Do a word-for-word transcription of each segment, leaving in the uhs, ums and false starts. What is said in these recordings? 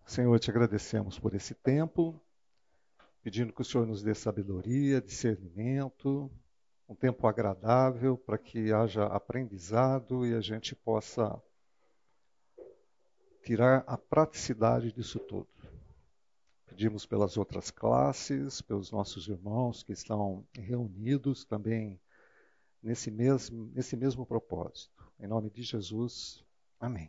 Senhor, te agradecemos por esse tempo, pedindo que o Senhor nos dê sabedoria, discernimento, um tempo agradável para que haja aprendizado e a gente possa tirar a praticidade disso tudo. Pedimos pelas outras classes, pelos nossos irmãos que estão reunidos também nesse mesmo, nesse mesmo propósito. Em nome de Jesus, amém.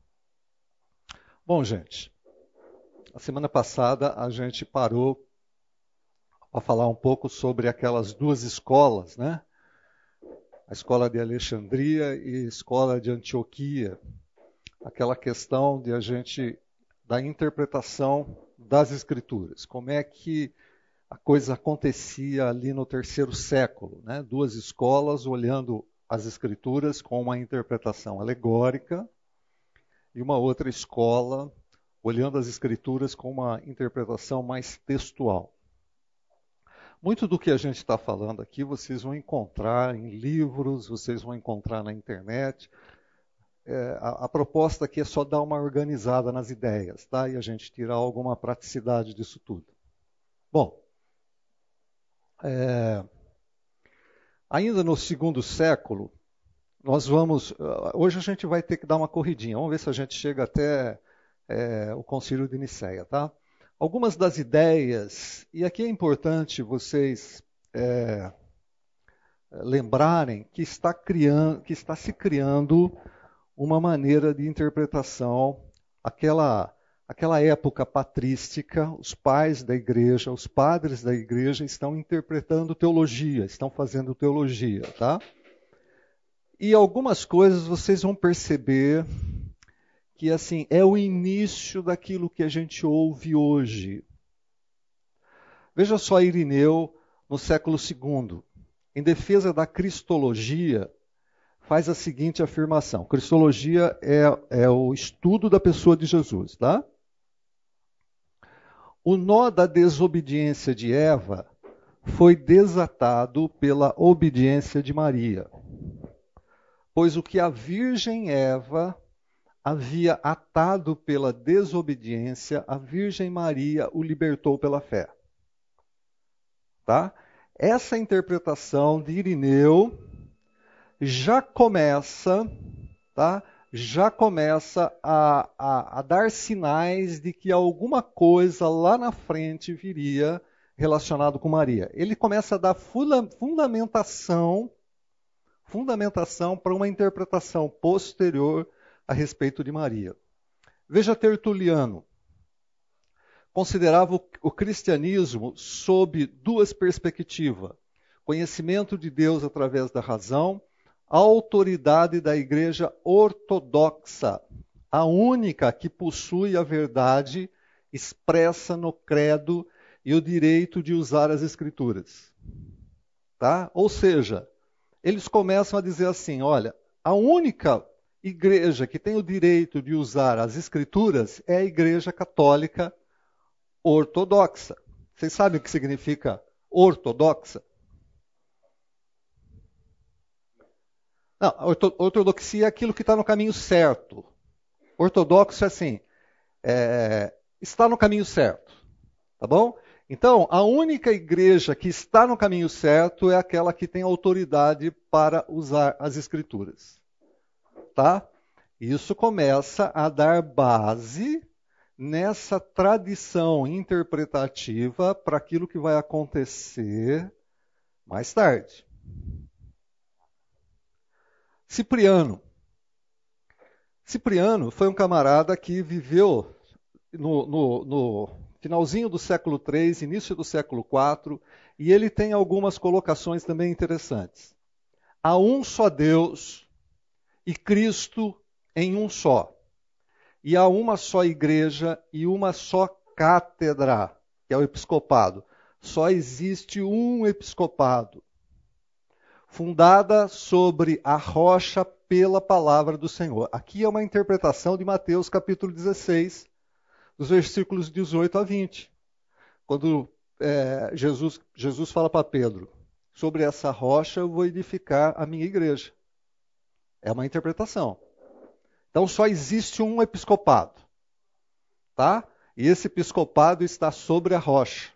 Bom, gente, a semana passada a gente parou para falar um pouco sobre aquelas duas escolas, né? A escola de Alexandria e a escola de Antioquia. Aquela questão de a gente, da interpretação das Escrituras. Como é que a coisa acontecia ali no terceiro século, né? Duas escolas olhando as Escrituras com uma interpretação alegórica e uma outra escola olhando as Escrituras com uma interpretação mais textual. Muito do que a gente está falando aqui vocês vão encontrar em livros, vocês vão encontrar na internet. É, a, a proposta aqui é só dar uma organizada nas ideias, tá? E a gente tirar alguma praticidade disso tudo. Bom, é, ainda no segundo século, nós vamos... Hoje a gente vai ter que dar uma corridinha. Vamos ver se a gente chega até é, o Concílio de Nicéia, tá? Algumas das ideias, e aqui é importante vocês é, lembrarem que está, criando, que está se criando uma maneira de interpretação, aquela, aquela época patrística, os pais da igreja, os padres da igreja estão interpretando teologia, estão fazendo teologia, tá? E algumas coisas vocês vão perceber que assim é o início daquilo que a gente ouve hoje. Veja só Irineu no século segundo, em defesa da cristologia, faz a seguinte afirmação. Cristologia é, é o estudo da pessoa de Jesus, tá? O nó da desobediência de Eva foi desatado pela obediência de Maria, pois o que a virgem Eva havia atado pela desobediência, a Virgem Maria o libertou pela fé. Tá? Essa interpretação de Irineu já começa, tá? já começa a, a, a dar sinais de que alguma coisa lá na frente viria relacionado com Maria. Ele começa a dar funda, fundamentação, fundamentação para uma interpretação posterior a respeito de Maria. Veja Tertuliano. Considerava o, o cristianismo sob duas perspectivas. Conhecimento de Deus através da razão, a autoridade da igreja ortodoxa, a única que possui a verdade expressa no credo e o direito de usar as escrituras. Tá? Ou seja, eles começam a dizer assim, olha, a única igreja que tem o direito de usar as escrituras é a igreja católica ortodoxa. Vocês sabem o que significa ortodoxa? Não, a ortodoxia é aquilo que está no caminho certo. Ortodoxo é assim, é, está no caminho certo. Tá bom? Então, a única igreja que está no caminho certo é aquela que tem autoridade para usar as escrituras. Tá? Isso começa a dar base nessa tradição interpretativa para aquilo que vai acontecer mais tarde. Cipriano. Cipriano foi um camarada que viveu no, no, no finalzinho do século três, início do século quatro, e ele tem algumas colocações também interessantes. Há um só Deus e Cristo em um só. E há uma só igreja e uma só cátedra, que é o episcopado. Só existe um episcopado, fundada sobre a rocha pela palavra do Senhor. Aqui é uma interpretação de Mateus capítulo dezesseis, dos versículos dezoito a vinte. Quando é, Jesus, Jesus fala para Pedro, sobre essa rocha eu vou edificar a minha igreja. É uma interpretação. Então só existe um episcopado. Tá? E esse episcopado está sobre a rocha.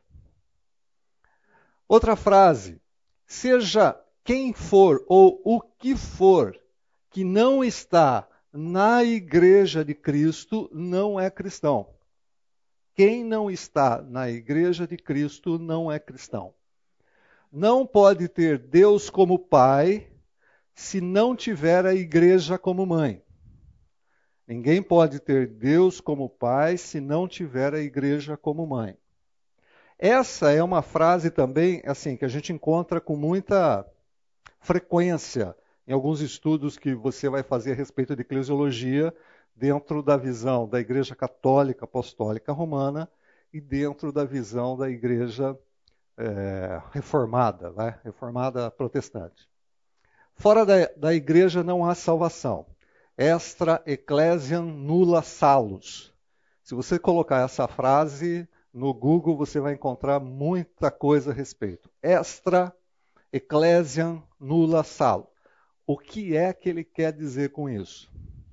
Outra frase, seja quem for ou o que for que não está na igreja de Cristo não é cristão. Quem não está na igreja de Cristo não é cristão. Não pode ter Deus como pai se não tiver a igreja como mãe. Ninguém pode ter Deus como pai se não tiver a igreja como mãe. Essa é uma frase também assim que a gente encontra com muita frequência em alguns estudos que você vai fazer a respeito de eclesiologia dentro da visão da Igreja Católica Apostólica Romana e dentro da visão da Igreja é, reformada, né? Reformada protestante. Fora da, da igreja não há salvação. Extra ecclesiam nulla salus. Se você colocar essa frase no Google, você vai encontrar muita coisa a respeito. Extra ecclesiam nulla salus. O que é que ele quer dizer com isso?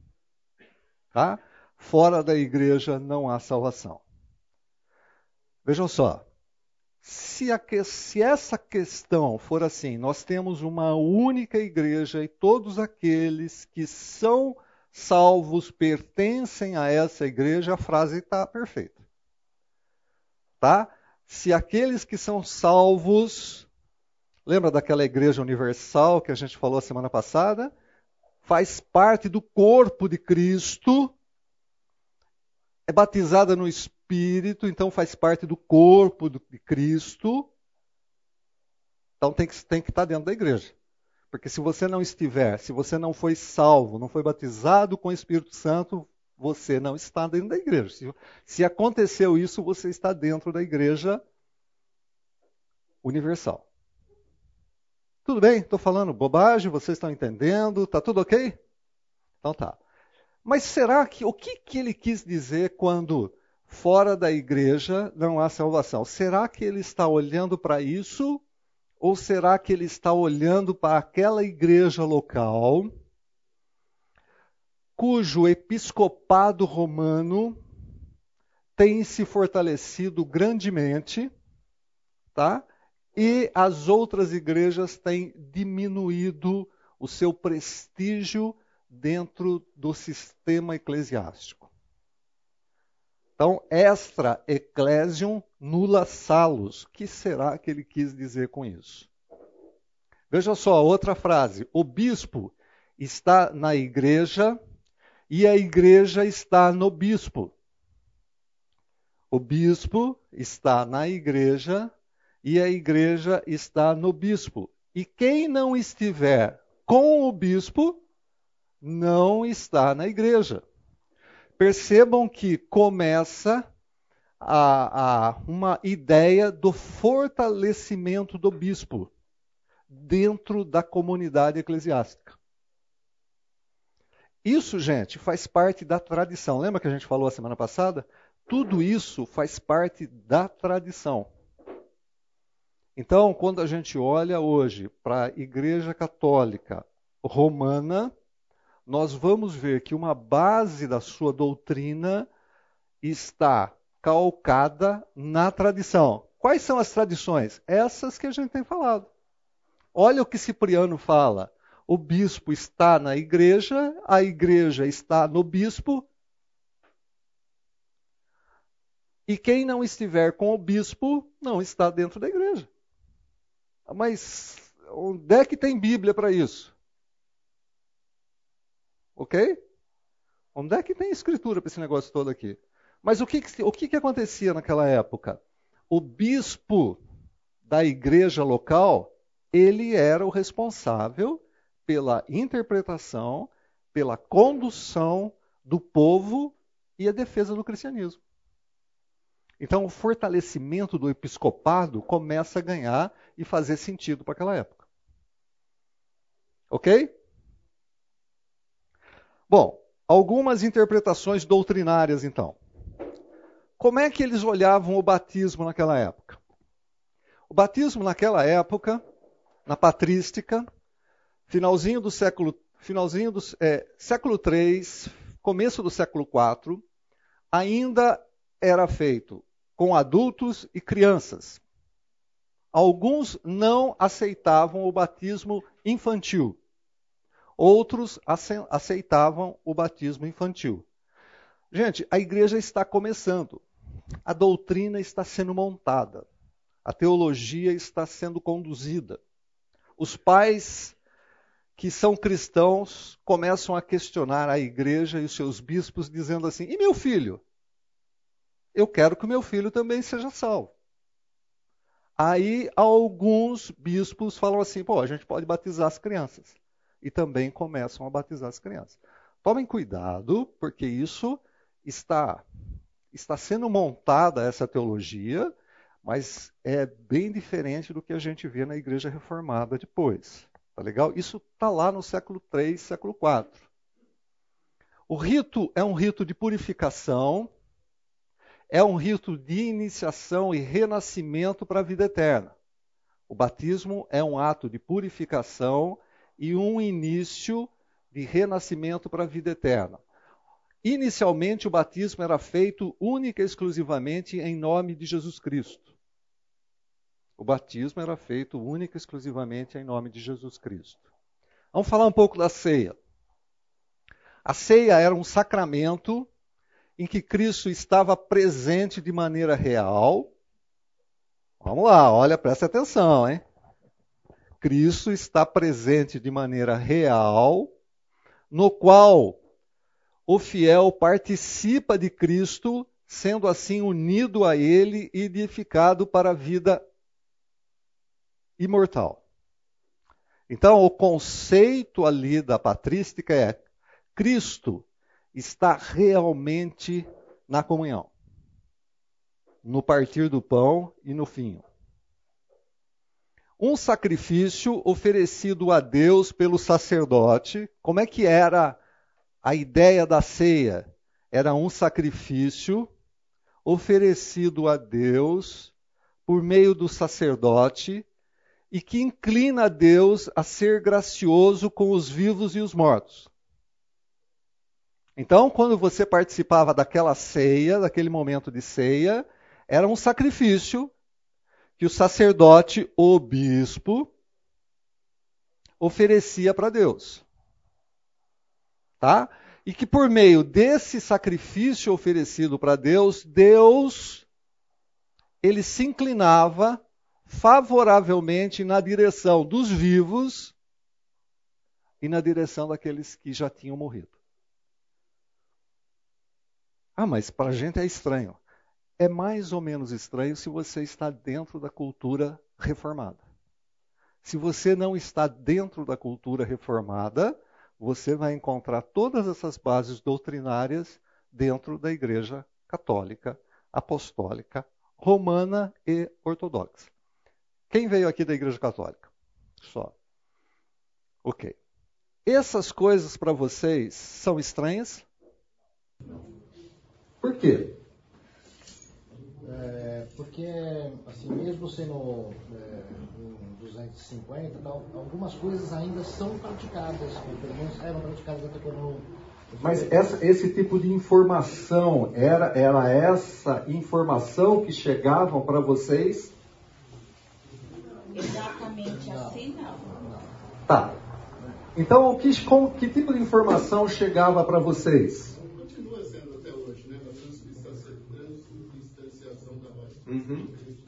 Tá? Fora da igreja não há salvação. Vejam só. Se, a, se essa questão for assim, nós temos uma única igreja e todos aqueles que são salvos pertencem a essa igreja, a frase está perfeita. Tá? Se aqueles que são salvos, lembra daquela igreja universal que a gente falou a semana passada? Faz parte do corpo de Cristo, é batizada no Espírito, então faz parte do corpo de Cristo. Então tem que, tem que estar dentro da igreja. Porque se você não estiver, se você não foi salvo, não foi batizado com o Espírito Santo, você não está dentro da igreja. Se, se aconteceu isso, você está dentro da igreja universal. Tudo bem? Estou falando bobagem, vocês estão entendendo? Está tudo ok? Então tá. Mas será que, o que, que ele quis dizer quando fora da igreja não há salvação? Será que ele está olhando para isso? Ou será que ele está olhando para aquela igreja local cujo episcopado romano tem se fortalecido grandemente, tá? E as outras igrejas têm diminuído o seu prestígio dentro do sistema eclesiástico. Então, extra ecclesiam nulla salus. O que será que ele quis dizer com isso? Veja só, outra frase. O bispo está na igreja e a igreja está no bispo. O bispo está na igreja e a igreja está no bispo. E quem não estiver com o bispo não está na igreja. Percebam que começa a, a uma ideia do fortalecimento do bispo dentro da comunidade eclesiástica. Isso, gente, faz parte da tradição. Lembra que a gente falou a semana passada? Tudo isso faz parte da tradição. Então, quando a gente olha hoje para a Igreja Católica Romana, nós vamos ver que uma base da sua doutrina está calcada na tradição. Quais são as tradições? Essas que a gente tem falado. Olha o que Cipriano fala. O bispo está na igreja, a igreja está no bispo, e quem não estiver com o bispo não está dentro da igreja. Mas onde é que tem Bíblia para isso? Ok? Onde é que tem escritura para esse negócio todo aqui? Mas o que, o que, que acontecia naquela época? O bispo da igreja local, ele era o responsável pela interpretação, pela condução do povo e a defesa do cristianismo. Então, o fortalecimento do episcopado começa a ganhar e fazer sentido para aquela época. Ok? Bom, algumas interpretações doutrinárias, então. Como é que eles olhavam o batismo naquela época? O batismo naquela época, na patrística, finalzinho do século, finalzinho do é, século três, começo do século quatro, ainda era feito com adultos e crianças. Alguns não aceitavam o batismo infantil. Outros aceitavam o batismo infantil. Gente, a igreja está começando. A doutrina está sendo montada. A teologia está sendo conduzida. Os pais que são cristãos começam a questionar a igreja e os seus bispos, dizendo assim: e meu filho? Eu quero que o meu filho também seja salvo. Aí alguns bispos falam assim: pô, a gente pode batizar as crianças. E também começam a batizar as crianças. Tomem cuidado, porque isso está, está sendo montada, essa teologia, mas é bem diferente do que a gente vê na Igreja Reformada depois. Tá legal? Isso está lá no século três, século quatro. O rito é um rito de purificação, é um rito de iniciação e renascimento para a vida eterna. O batismo é um ato de purificação e um início de renascimento para a vida eterna. Inicialmente, o batismo era feito única e exclusivamente em nome de Jesus Cristo. O batismo era feito única e exclusivamente em nome de Jesus Cristo. Vamos falar um pouco da ceia. A ceia era um sacramento em que Cristo estava presente de maneira real. Vamos lá, olha, presta atenção, hein? Cristo está presente de maneira real, no qual o fiel participa de Cristo, sendo assim unido a Ele e edificado para a vida imortal. Então, o conceito ali da patrística é: Cristo está realmente na comunhão, no partir do pão e no vinho. Um sacrifício oferecido a Deus pelo sacerdote. Como é que era a ideia da ceia? Era um sacrifício oferecido a Deus por meio do sacerdote e que inclina a Deus a ser gracioso com os vivos e os mortos. Então, quando você participava daquela ceia, daquele momento de ceia, era um sacrifício que o sacerdote, o bispo, oferecia para Deus. Tá? E que por meio desse sacrifício oferecido para Deus, Deus, ele se inclinava favoravelmente na direção dos vivos e na direção daqueles que já tinham morrido. Ah, mas para a gente é estranho. É mais ou menos estranho se você está dentro da cultura reformada. Se você não está dentro da cultura reformada, você vai encontrar todas essas bases doutrinárias dentro da Igreja Católica, Apostólica, Romana e Ortodoxa. Quem veio aqui da Igreja Católica? Só. Ok. Essas coisas para vocês são estranhas? Por quê? É, porque, assim, mesmo sendo é, em duzentos e cinquenta, tal, algumas coisas ainda são praticadas, ou pelo menos eram praticadas até quando... Mas essa, esse tipo de informação, era, era essa informação que chegavam para vocês? Exatamente assim, não. Tá. Então, que, com, que tipo de informação chegava para vocês? Continua sendo até hoje, né? A transubstanciação da voz. Uhum.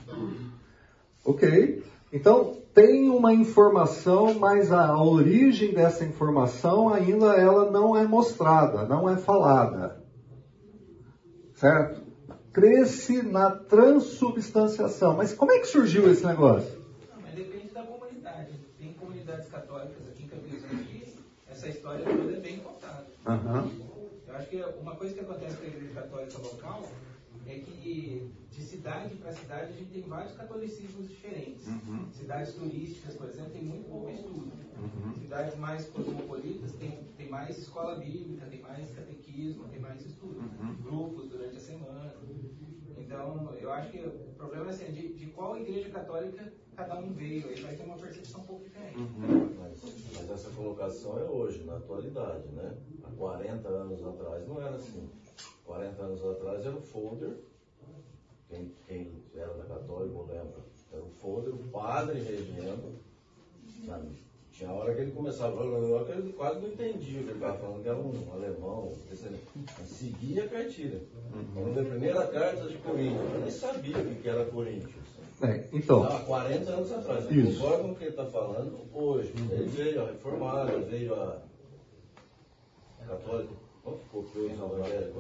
Ok. Então, tem uma informação, mas a origem dessa informação ainda ela não é mostrada, não é falada. Certo? Cresce na transubstanciação. Mas como é que surgiu esse negócio? Não, mas depende da comunidade. Tem comunidades católicas aqui em Campinas que essa história toda é bem contada. Uhum. Eu acho que uma coisa que acontece com a igreja católica local é que de cidade para cidade a gente tem vários catolicismos diferentes. Uhum. Cidades turísticas, por exemplo, tem muito pouco estudo. Uhum. Cidades mais cosmopolitas tem, tem mais escola bíblica, tem mais catequismo, tem mais estudo. Uhum. Grupos durante a semana. Então, eu acho que o problema é assim, de, de qual igreja católica cada um veio. Aí vai ter uma percepção um pouco diferente. Uhum. Mas, mas essa colocação é hoje, na atualidade, né? Há quarenta anos atrás não era assim. quarenta anos atrás era o folder Quem, quem era da Católica, eu lembro. Era o Foder, o padre regendo. Sabe? Tinha hora que ele começava, eu quase não entendia o que ele estava falando, que era um alemão, seguia a cartilha. Quando a primeira carta de Coríntios, eu nem sabia o que era Coríntios. É, então. Há quarenta anos atrás. Eu Isso. concordo com o que ele está falando hoje. Uhum. Ele veio a reformada, veio a católica. Como ficou preso o evangélico?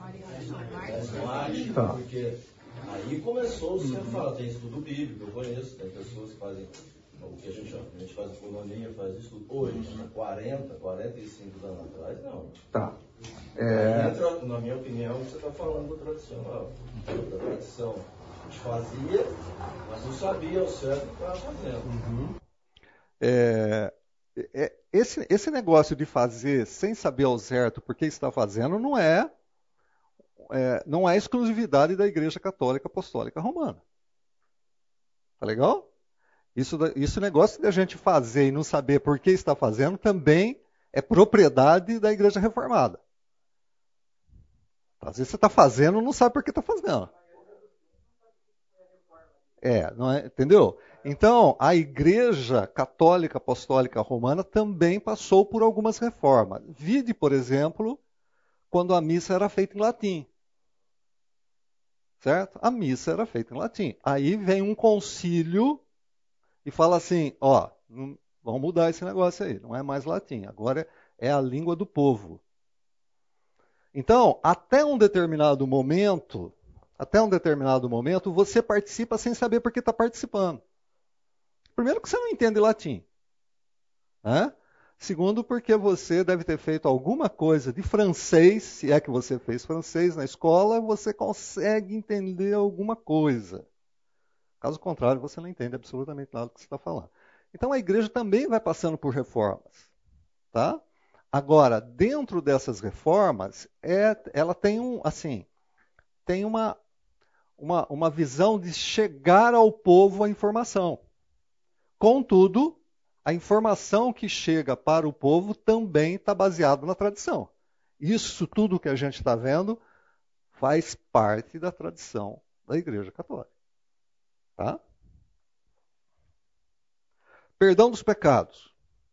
A Tá. porque aí começou-se a falar, tem estudo bíblico, eu conheço, tem pessoas que fazem o que a gente chama, a gente faz a economia, faz isso hoje, há quarenta, quarenta e cinco anos atrás, não. Tá. É... Entra, na minha opinião, você está falando do tradicional, da tradição. A gente fazia, mas não sabia o certo que estava fazendo. Uhum. É, é, esse, esse negócio de fazer sem saber ao certo por que está fazendo não é, é, não é exclusividade da Igreja Católica Apostólica Romana. Tá legal? Isso, isso negócio de a gente fazer e não saber por que está fazendo também é propriedade da Igreja Reformada. Às vezes você está fazendo e não sabe por que está fazendo. É, não é, entendeu? Então, a Igreja Católica Apostólica Romana também passou por algumas reformas. Vide, por exemplo, quando a missa era feita em latim. Certo? A missa era feita em latim. Aí vem um concílio e fala assim, ó, não, vamos mudar esse negócio aí, não é mais latim, agora é a língua do povo. Então, até um determinado momento, até um determinado momento, você participa sem saber por que está participando. Primeiro que você não entende latim. Né? Segundo, porque você deve ter feito alguma coisa de francês, se é que você fez francês na escola, você consegue entender alguma coisa. Caso contrário, você não entende absolutamente nada do que você está falando. Então, a igreja também vai passando por reformas. Tá? Agora, dentro dessas reformas, é, ela tem, um, assim, tem uma, uma, uma visão de chegar ao povo a informação. Contudo, a informação que chega para o povo também está baseada na tradição. Isso tudo que a gente está vendo faz parte da tradição da Igreja Católica. Tá? Perdão dos pecados.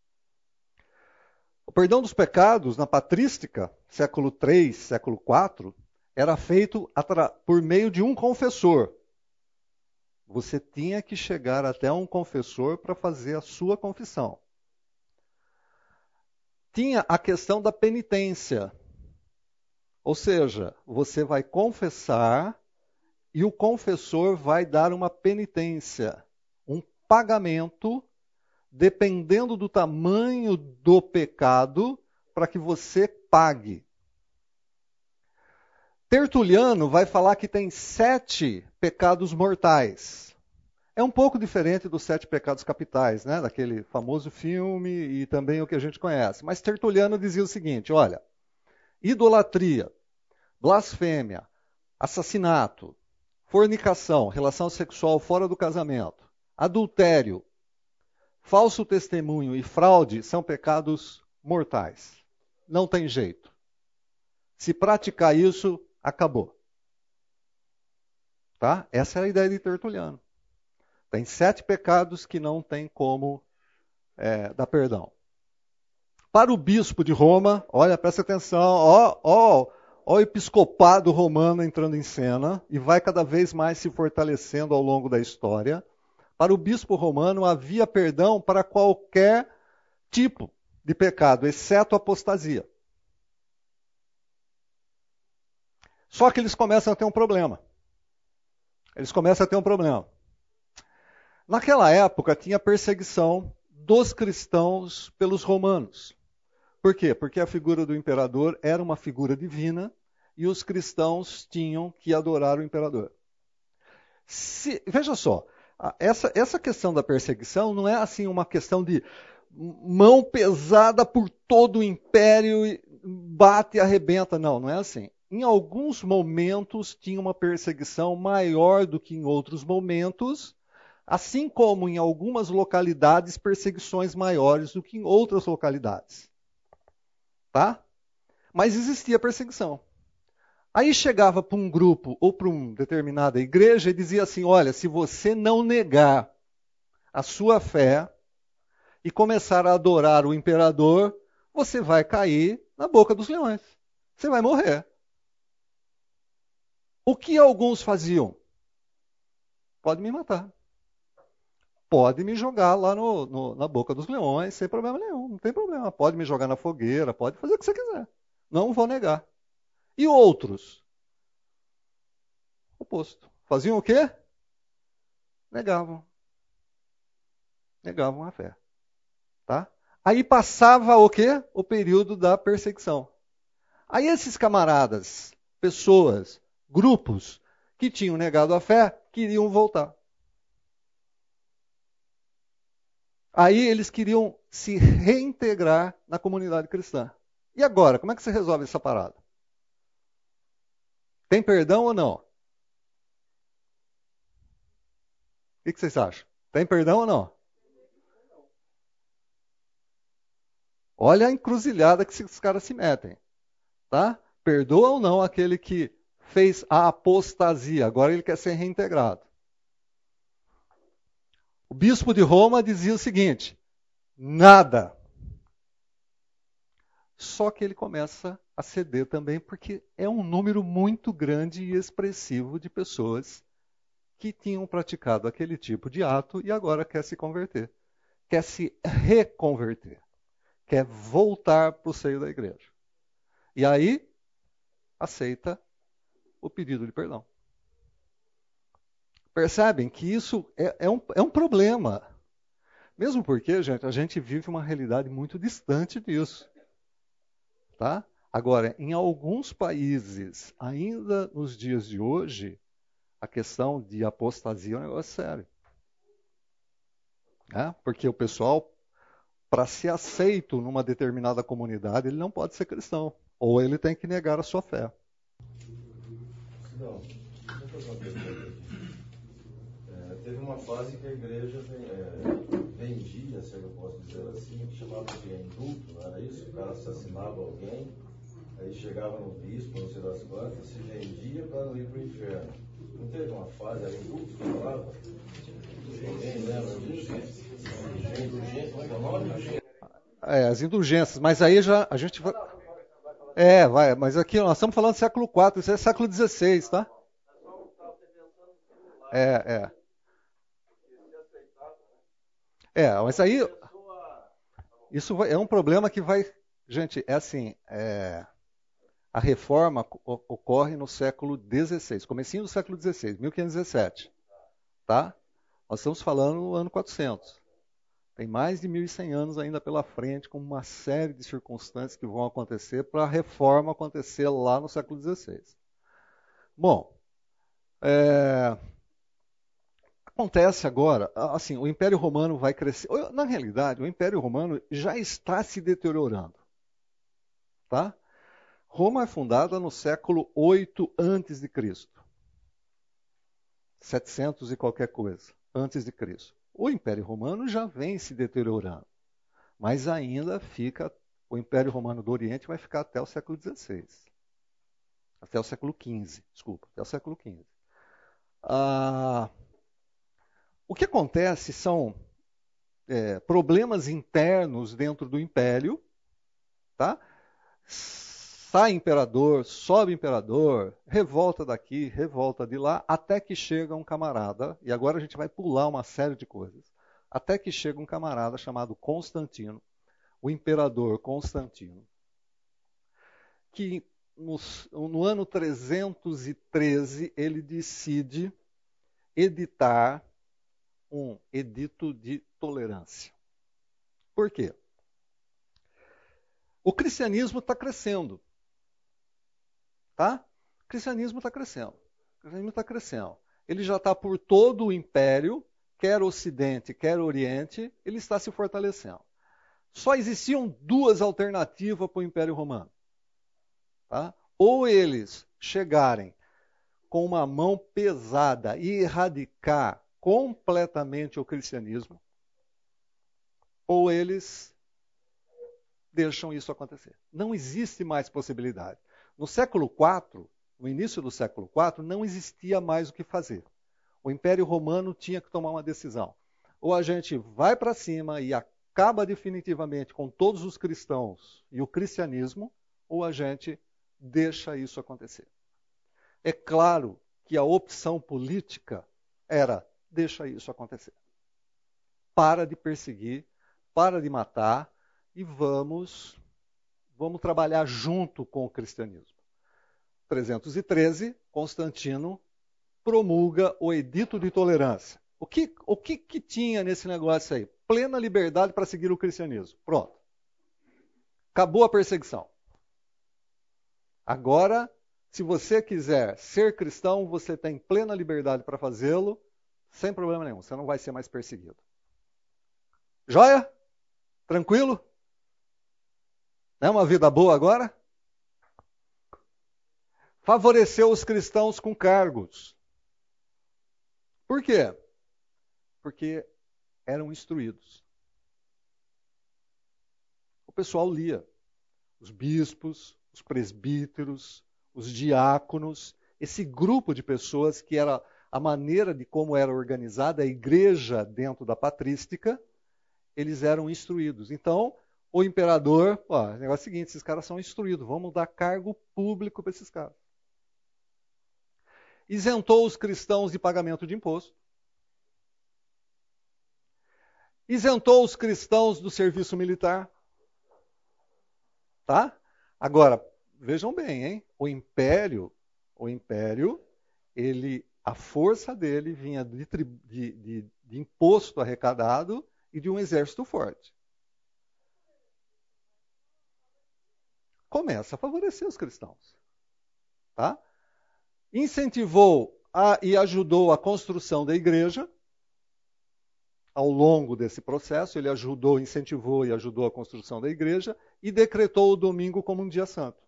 O perdão dos pecados, na patrística, século três, século quatro, era feito por meio de um confessor. Você tinha que chegar até um confessor para fazer a sua confissão. Tinha a questão da penitência. Ou seja, você vai confessar e o confessor vai dar uma penitência, um pagamento, dependendo do tamanho do pecado, para que você pague. Tertuliano vai falar que tem sete pecados mortais. É um pouco diferente dos sete pecados capitais, né? Daquele famoso filme e também o que a gente conhece. Mas Tertuliano dizia o seguinte, olha, idolatria, blasfêmia, assassinato, fornicação, relação sexual fora do casamento, adultério, falso testemunho e fraude são pecados mortais. Não tem jeito. Se praticar isso, acabou. Tá? Essa é a ideia de Tertuliano. Tem sete pecados que não tem como é, dar perdão. Para o bispo de Roma, olha, presta atenção, ó, ó, ó o episcopado romano entrando em cena e vai cada vez mais se fortalecendo ao longo da história. Para o bispo romano havia perdão para qualquer tipo de pecado, exceto a apostasia. Só que eles começam a ter um problema. Eles começam a ter um problema. Naquela época tinha perseguição dos cristãos pelos romanos. Por quê? Porque a figura do imperador era uma figura divina e os cristãos tinham que adorar o imperador. Se, veja só, essa, essa questão da perseguição não é assim uma questão de mão pesada por todo o império, bate e arrebenta. Não, não é assim. Em alguns momentos tinha uma perseguição maior do que em outros momentos, assim como em algumas localidades perseguições maiores do que em outras localidades. Tá? Mas existia perseguição. Aí chegava para um grupo ou para uma determinada igreja e dizia assim, olha, se você não negar a sua fé e começar a adorar o imperador, você vai cair na boca dos leões. Você vai morrer. O que alguns faziam? Pode me matar. Pode me jogar lá no, no, na boca dos leões, sem problema nenhum. Não tem problema. Pode me jogar na fogueira, pode fazer o que você quiser. Não vou negar. E outros? Oposto. Faziam o quê? Negavam. Negavam a fé. Tá? Aí passava o quê? O período da perseguição. Aí esses camaradas, pessoas, grupos que tinham negado a fé, queriam voltar. Aí eles queriam se reintegrar na comunidade cristã. E agora, como é que você resolve essa parada? Tem perdão ou não? O que vocês acham? Tem perdão ou não? Olha a encruzilhada que esses caras se metem. Tá? Perdoa ou não aquele que fez a apostasia, agora ele quer ser reintegrado. O bispo de Roma dizia o seguinte, nada. Só que ele começa a ceder também, porque é um número muito grande e expressivo de pessoas que tinham praticado aquele tipo de ato e agora quer se converter. Quer se reconverter. Quer voltar para o seio da igreja. E aí, aceita o pedido de perdão. Percebem que isso é, é, um, é um problema. Mesmo porque, gente, a gente vive uma realidade muito distante disso. Tá? Agora, em alguns países, ainda nos dias de hoje, a questão de apostasia é um negócio sério. É? Porque o pessoal, para ser aceito numa determinada comunidade, ele não pode ser cristão. Ou ele tem que negar a sua fé. Não, deixa eu fazer uma pergunta aqui. É, teve uma fase que a igreja é, vendia, se eu posso dizer assim, que chamava de indulto, não era isso? O cara assassinava alguém, aí chegava no bispo, não sei das quantas, se vendia para não ir para o inferno. Não teve uma fase, era indulto que falava? Alguém lembra disso? Indulgência, como é que é o nome? É, as indulgências, mas aí já a gente vai... É, vai, mas aqui nós estamos falando do século quatro, isso é século dezesseis, tá? É, é. É, mas aí isso vai, é um problema que vai... Gente, é assim, é, a reforma ocorre no século dezesseis, comecinho do século dezesseis, mil quinhentos e dezessete, tá? Nós estamos falando no ano quatrocentos. Tem mais de mil e cem anos ainda pela frente, com uma série de circunstâncias que vão acontecer para a reforma acontecer lá no século dezesseis. Bom, é, acontece agora, assim, o Império Romano vai crescer. Na realidade, o Império Romano já está se deteriorando. Tá? Roma é fundada no século oito antes de Cristo. setecentos e qualquer coisa antes de Cristo. O Império Romano já vem se deteriorando, mas ainda fica, o Império Romano do Oriente vai ficar até o século dezesseis. Até o século quinze, desculpa, até o século quinze. Ah, o que acontece são é, problemas internos dentro do Império, tá? Sai imperador, sobe imperador, revolta daqui, revolta de lá, até que chega um camarada, e agora a gente vai pular uma série de coisas, até que chega um camarada chamado Constantino, o imperador Constantino, que no, no ano trezentos e treze ele decide editar um edito de tolerância. Por quê? O cristianismo está crescendo. Tá? O cristianismo está crescendo. O cristianismo está crescendo. Ele já está por todo o império, quer Ocidente, quer Oriente, ele está se fortalecendo. Só existiam duas alternativas para o Império Romano. Tá? Ou eles chegarem com uma mão pesada e erradicar completamente o cristianismo, ou eles deixam isso acontecer. Não existe mais possibilidade. No século quatro, no início do século quatro, não existia mais o que fazer. O Império Romano tinha que tomar uma decisão. Ou a gente vai para cima e acaba definitivamente com todos os cristãos e o cristianismo, ou a gente deixa isso acontecer. É claro que a opção política era deixa isso acontecer. Para de perseguir, para de matar e vamos, vamos trabalhar junto com o cristianismo. trezentos e treze, Constantino promulga o Edito de Tolerância. O que, o que, que tinha nesse negócio aí? Plena liberdade para seguir o cristianismo. Pronto. Acabou a perseguição. Agora, se você quiser ser cristão, você tem plena liberdade para fazê-lo, sem problema nenhum. Você não vai ser mais perseguido. Joia? Tranquilo? É uma vida boa agora? Favoreceu os cristãos com cargos. Por quê? Porque eram instruídos. O pessoal lia. Os bispos, os presbíteros, os diáconos, esse grupo de pessoas que era a maneira de como era organizada a igreja dentro da patrística, eles eram instruídos. Então, o imperador, ó, o negócio é o seguinte, esses caras são instruídos, vamos dar cargo público para esses caras. Isentou os cristãos de pagamento de imposto. Isentou os cristãos do serviço militar. Tá? Agora, vejam bem, hein? O império, o império, ele, a força dele vinha de, de, de, de imposto arrecadado e de um exército forte. Começa a favorecer os cristãos. Tá? Incentivou a, e ajudou a construção da igreja. Ao longo desse processo, ele ajudou, incentivou e ajudou a construção da igreja e decretou o domingo como um dia santo.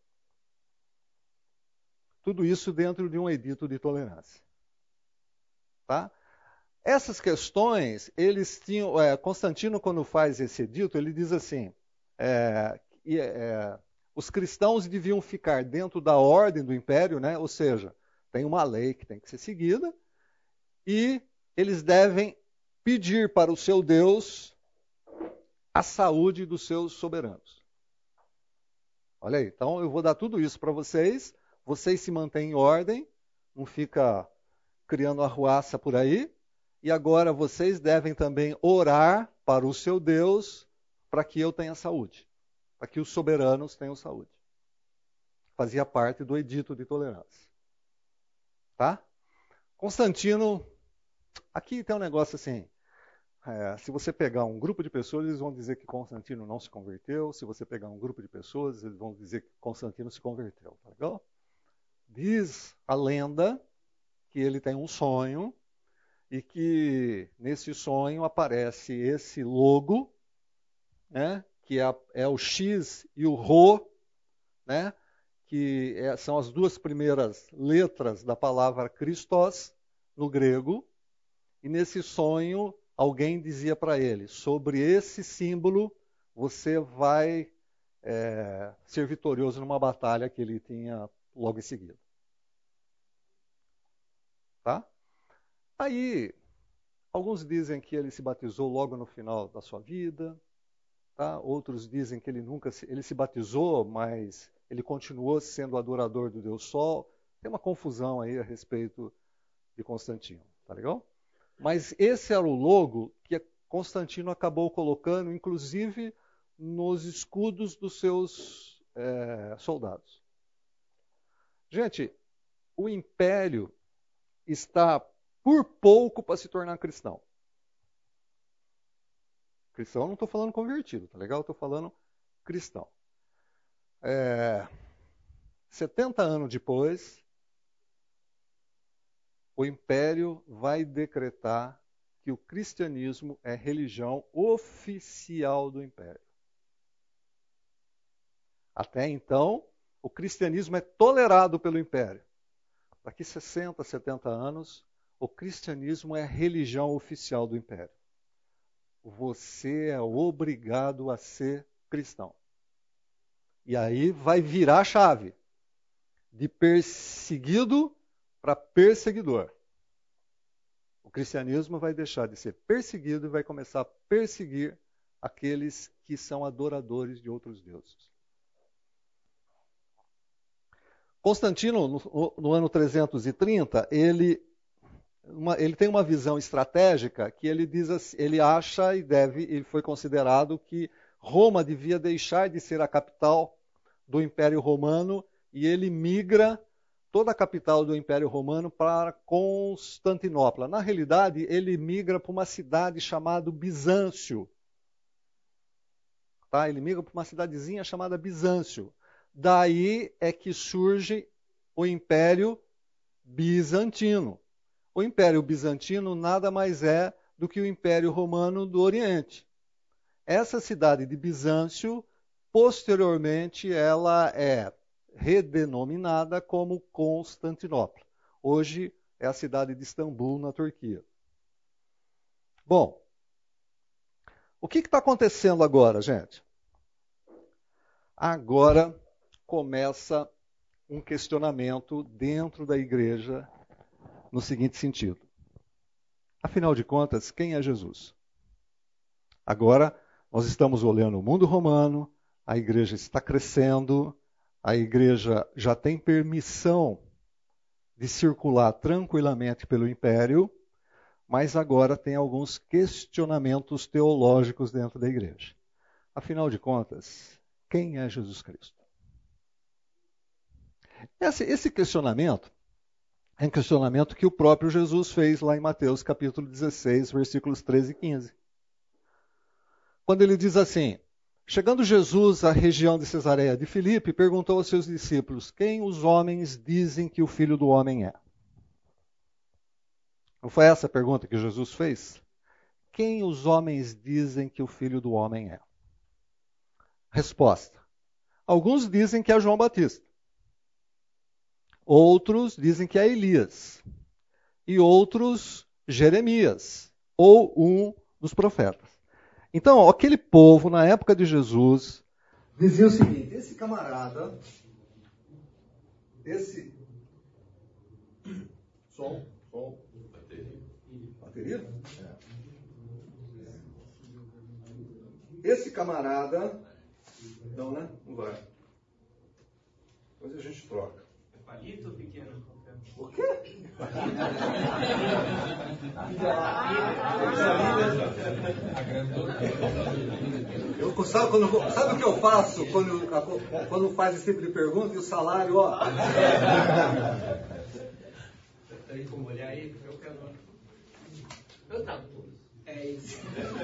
Tudo isso dentro de um edito de tolerância. Tá? Essas questões, eles tinham. É, Constantino, quando faz esse edito, ele diz assim: é, é, os cristãos deviam ficar dentro da ordem do império, né? Ou seja, tem uma lei que tem que ser seguida, e eles devem pedir para o seu Deus a saúde dos seus soberanos. Olha aí, então eu vou dar tudo isso para vocês, vocês se mantêm em ordem, não fica criando arruaça por aí, e agora vocês devem também orar para o seu Deus para que eu tenha saúde, para que os soberanos tenham saúde. Fazia parte do edito de tolerância. Tá? Constantino, aqui tem um negócio assim, é, se você pegar um grupo de pessoas, eles vão dizer que Constantino não se converteu, se você pegar um grupo de pessoas, eles vão dizer que Constantino se converteu, tá legal? Diz a lenda que ele tem um sonho e que nesse sonho aparece esse logo, né, que é, é o X e o Rho, né, que é, são as duas primeiras letras da palavra Christos, no grego, e nesse sonho alguém dizia para ele, sobre esse símbolo você vai é, ser vitorioso numa batalha que ele tinha logo em seguida. Tá? Aí, alguns dizem que ele se batizou logo no final da sua vida, tá? Outros dizem que ele nunca se, ele se batizou, mas ele continuou sendo adorador do Deus Sol. Tem uma confusão aí a respeito de Constantino, tá legal? Mas esse era o logo que Constantino acabou colocando, inclusive, nos escudos dos seus é, soldados. Gente, o império está por pouco para se tornar cristão. Cristão, não estou falando convertido, tá legal? Estou falando cristão. É, setenta anos depois, o império vai decretar que o cristianismo é religião oficial do império. Até então, o cristianismo é tolerado pelo império. Daqui sessenta, setenta anos, o cristianismo é a religião oficial do império. Você é obrigado a ser cristão. E aí vai virar a chave. de perseguido para perseguidor. O cristianismo vai deixar de ser perseguido e vai começar a perseguir aqueles que são adoradores de outros deuses. Constantino, no, no ano trezentos e trinta, ele, uma, ele tem uma visão estratégica que ele diz assim, ele acha e deve, ele foi considerado que Roma devia deixar de ser a capital do Império Romano e ele migra toda a capital do Império Romano para Constantinopla. Na realidade, ele migra para uma cidade chamada Bizâncio. Tá? Ele migra para uma cidadezinha chamada Bizâncio. Daí é que surge o Império Bizantino. O Império Bizantino nada mais é do que o Império Romano do Oriente. Essa cidade de Bizâncio, posteriormente, ela é redenominada como Constantinopla. Hoje é a cidade de Istambul, na Turquia. Bom, o que está acontecendo agora, gente? Agora começa um questionamento dentro da igreja no seguinte sentido. Afinal de contas, quem é Jesus? Agora, nós estamos olhando o mundo romano, a igreja está crescendo, a igreja já tem permissão de circular tranquilamente pelo império, mas agora tem alguns questionamentos teológicos dentro da igreja. Afinal de contas, quem é Jesus Cristo? Esse, esse questionamento é um questionamento que o próprio Jesus fez lá em Mateus capítulo dezesseis, versículos treze e quinze. Quando ele diz assim: chegando Jesus à região de Cesareia de Filipe, perguntou aos seus discípulos: quem os homens dizem que o Filho do Homem é? Não foi essa a pergunta que Jesus fez? Quem os homens dizem que o Filho do Homem é? Resposta: alguns dizem que é João Batista. Outros dizem que é Elias. E outros, Jeremias, ou um dos profetas. Então, aquele povo, na época de Jesus, dizia o seguinte: esse camarada, esse... Som, som. Bateria. Bateria? É. Esse camarada... Não, né? Não vai. Depois a gente troca. É palito ou pequeno? O quê? Eu, sabe, quando, sabe o que eu faço quando, quando faz esse tipo de pergunta e o salário, ó. Tem como olhar aí? Eu quero. Eu tava tudo. É isso.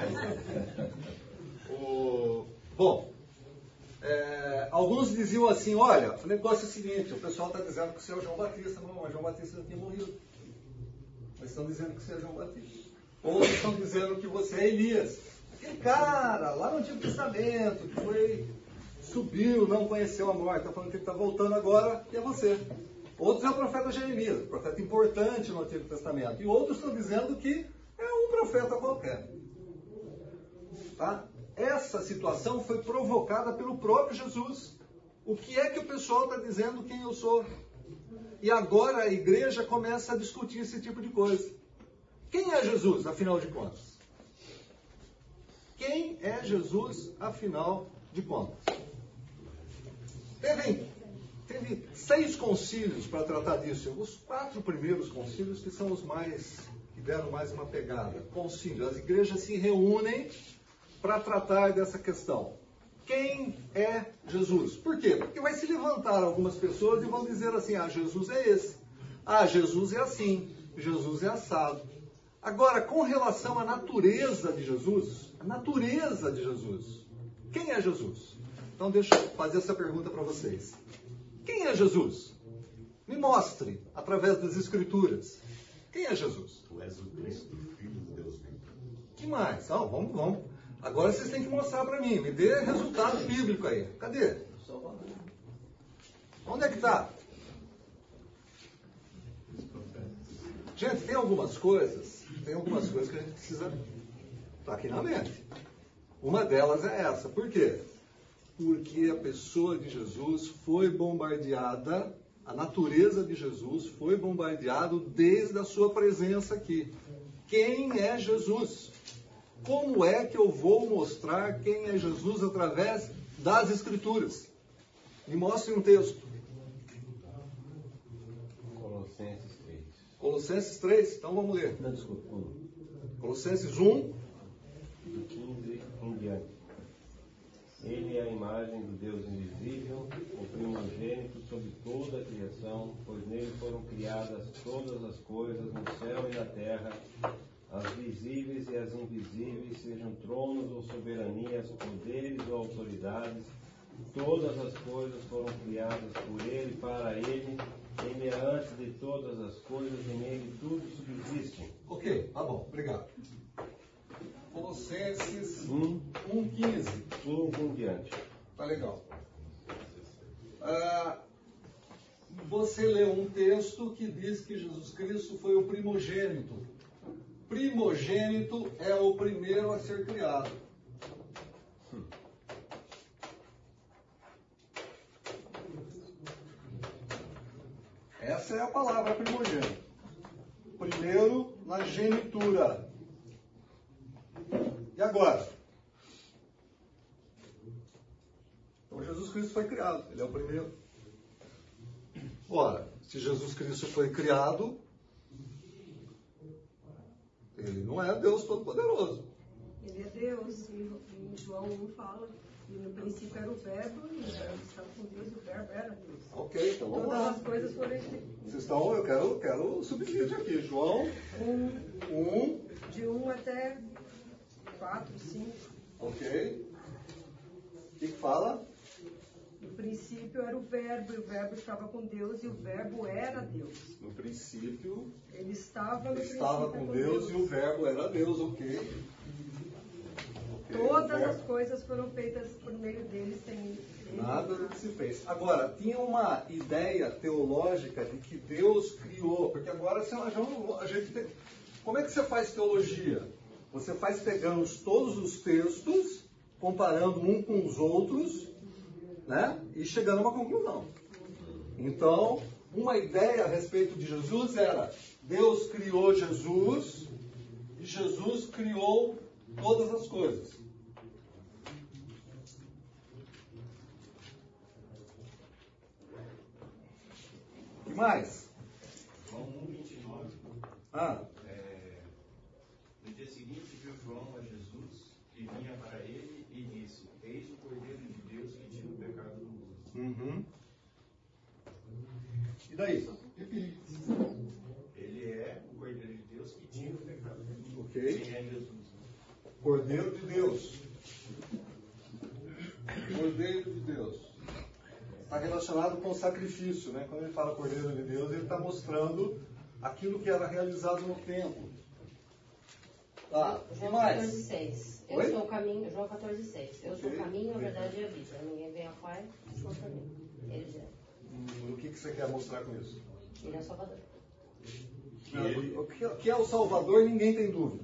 o, bom. É, alguns diziam assim: olha, o negócio é o seguinte, o pessoal está dizendo que você é o João Batista. Não, mas João Batista já tinha morrido. Mas estão dizendo que você é João Batista. Outros estão dizendo que você é Elias. Aquele cara lá no Antigo Testamento, que foi, subiu, não conheceu a morte, está falando que ele está voltando agora, e é você. Outros é o profeta Jeremias, profeta importante no Antigo Testamento. E outros estão dizendo que é um profeta qualquer. Tá? Essa situação foi provocada pelo próprio Jesus. O que é que o pessoal está dizendo quem eu sou? E agora a igreja começa a discutir esse tipo de coisa. Quem é Jesus, afinal de contas? Quem é Jesus, afinal de contas? Teve, teve seis concílios para tratar disso. Os quatro primeiros concílios que são os mais, que deram mais uma pegada. Concílio, as igrejas se reúnem para tratar dessa questão. Quem é Jesus? Por quê? Porque vai se levantar algumas pessoas e vão dizer assim: ah, Jesus é esse. Ah, Jesus é assim. Jesus é assado. Agora, com relação à natureza de Jesus, a natureza de Jesus, quem é Jesus? Então, deixa eu fazer essa pergunta para vocês. Quem é Jesus? Me mostre, através das Escrituras. Quem é Jesus? Tu és o Cristo, Filho de Deus vivo. Que mais? Não, vamos, vamos. Agora vocês têm que mostrar para mim. Me dê resultado bíblico aí. Cadê? Onde é que está? Gente, tem algumas coisas, tem algumas coisas que a gente precisa estar aqui na mente. Uma delas é essa. Por quê? Porque a pessoa de Jesus foi bombardeada A natureza de Jesus foi bombardeado desde a sua presença aqui. Quem é Jesus? Como é que eu vou mostrar quem é Jesus através das Escrituras? Me mostre um texto. Colossenses três. Colossenses três, então vamos ler. Não, desculpa. um. Colossenses um. Do quinze em diante. Ele é a imagem do Deus invisível, o primogênito sobre toda a criação, pois nele foram criadas todas as coisas no céu e na terra, as visíveis e as invisíveis, sejam tronos ou soberanias, poderes ou autoridades, todas as coisas foram criadas por ele e para ele. Ele é antes de todas as coisas e nele tudo subsiste. Ok, tá bom, obrigado. Colossenses um, um, quinze. quinze em diante. Tá legal. Ah, você leu um texto que diz que Jesus Cristo foi o primogênito. Primogênito é o primeiro a ser criado. Essa é a palavra primogênito. Primeiro na genitura. E agora? Então Jesus Cristo foi criado, ele é o primeiro. Ora, se Jesus Cristo foi criado, ele não é Deus Todo-Poderoso. Ele é Deus, e em João um fala que no princípio era o verbo, e o verbo estava com Deus, e o verbo era Deus. Ok, então vamos Todas lá. as coisas foram... Vocês estão, eu quero, quero subsídio aqui. João Um, um, de um até quatro, cinco. ok. O que que fala? No princípio era o verbo, e o verbo estava com Deus, e o verbo era Deus. No princípio, Ele estava no estava princípio com Deus e o verbo era Deus, ok. Ok, o Todas verbo- as coisas foram feitas por meio dele, sem ele. Nada do que se fez. Agora, tinha uma ideia teológica de que Deus criou, porque agora assim, nós vamos- a gente tem, como é que você faz teologia? Você faz pegando todos os textos, comparando um com os outros, né? E chegando a uma conclusão. Então, uma ideia a respeito de Jesus era: Deus criou Jesus e Jesus criou todas as coisas. O que mais? João um, vinte e nove. Ah, É, no dia seguinte viu João a Jesus que vinha para ele e disse: Eis o Cordeiro de Deus que tira o pecado do mundo. uhum. E daí? Ele é o Cordeiro de Deus que tira o pecado do mundo. Ok. Quem é Jesus? Cordeiro de Deus. Cordeiro de Deus. Está relacionado com o sacrifício, né? Quando ele fala Cordeiro de Deus, ele está mostrando aquilo que era realizado no templo. Tá, o que João mais? quatorze, seis. Eu Oi? sou o caminho, João quatorze, seis. Eu sou o Ok. caminho, a verdade e a vida. Ninguém vem ao Pai, só por mim. Ele é. Hum, O que, que você quer mostrar com isso? Ele é o Salvador. Não, o que- o que é o Salvador, ninguém tem dúvida.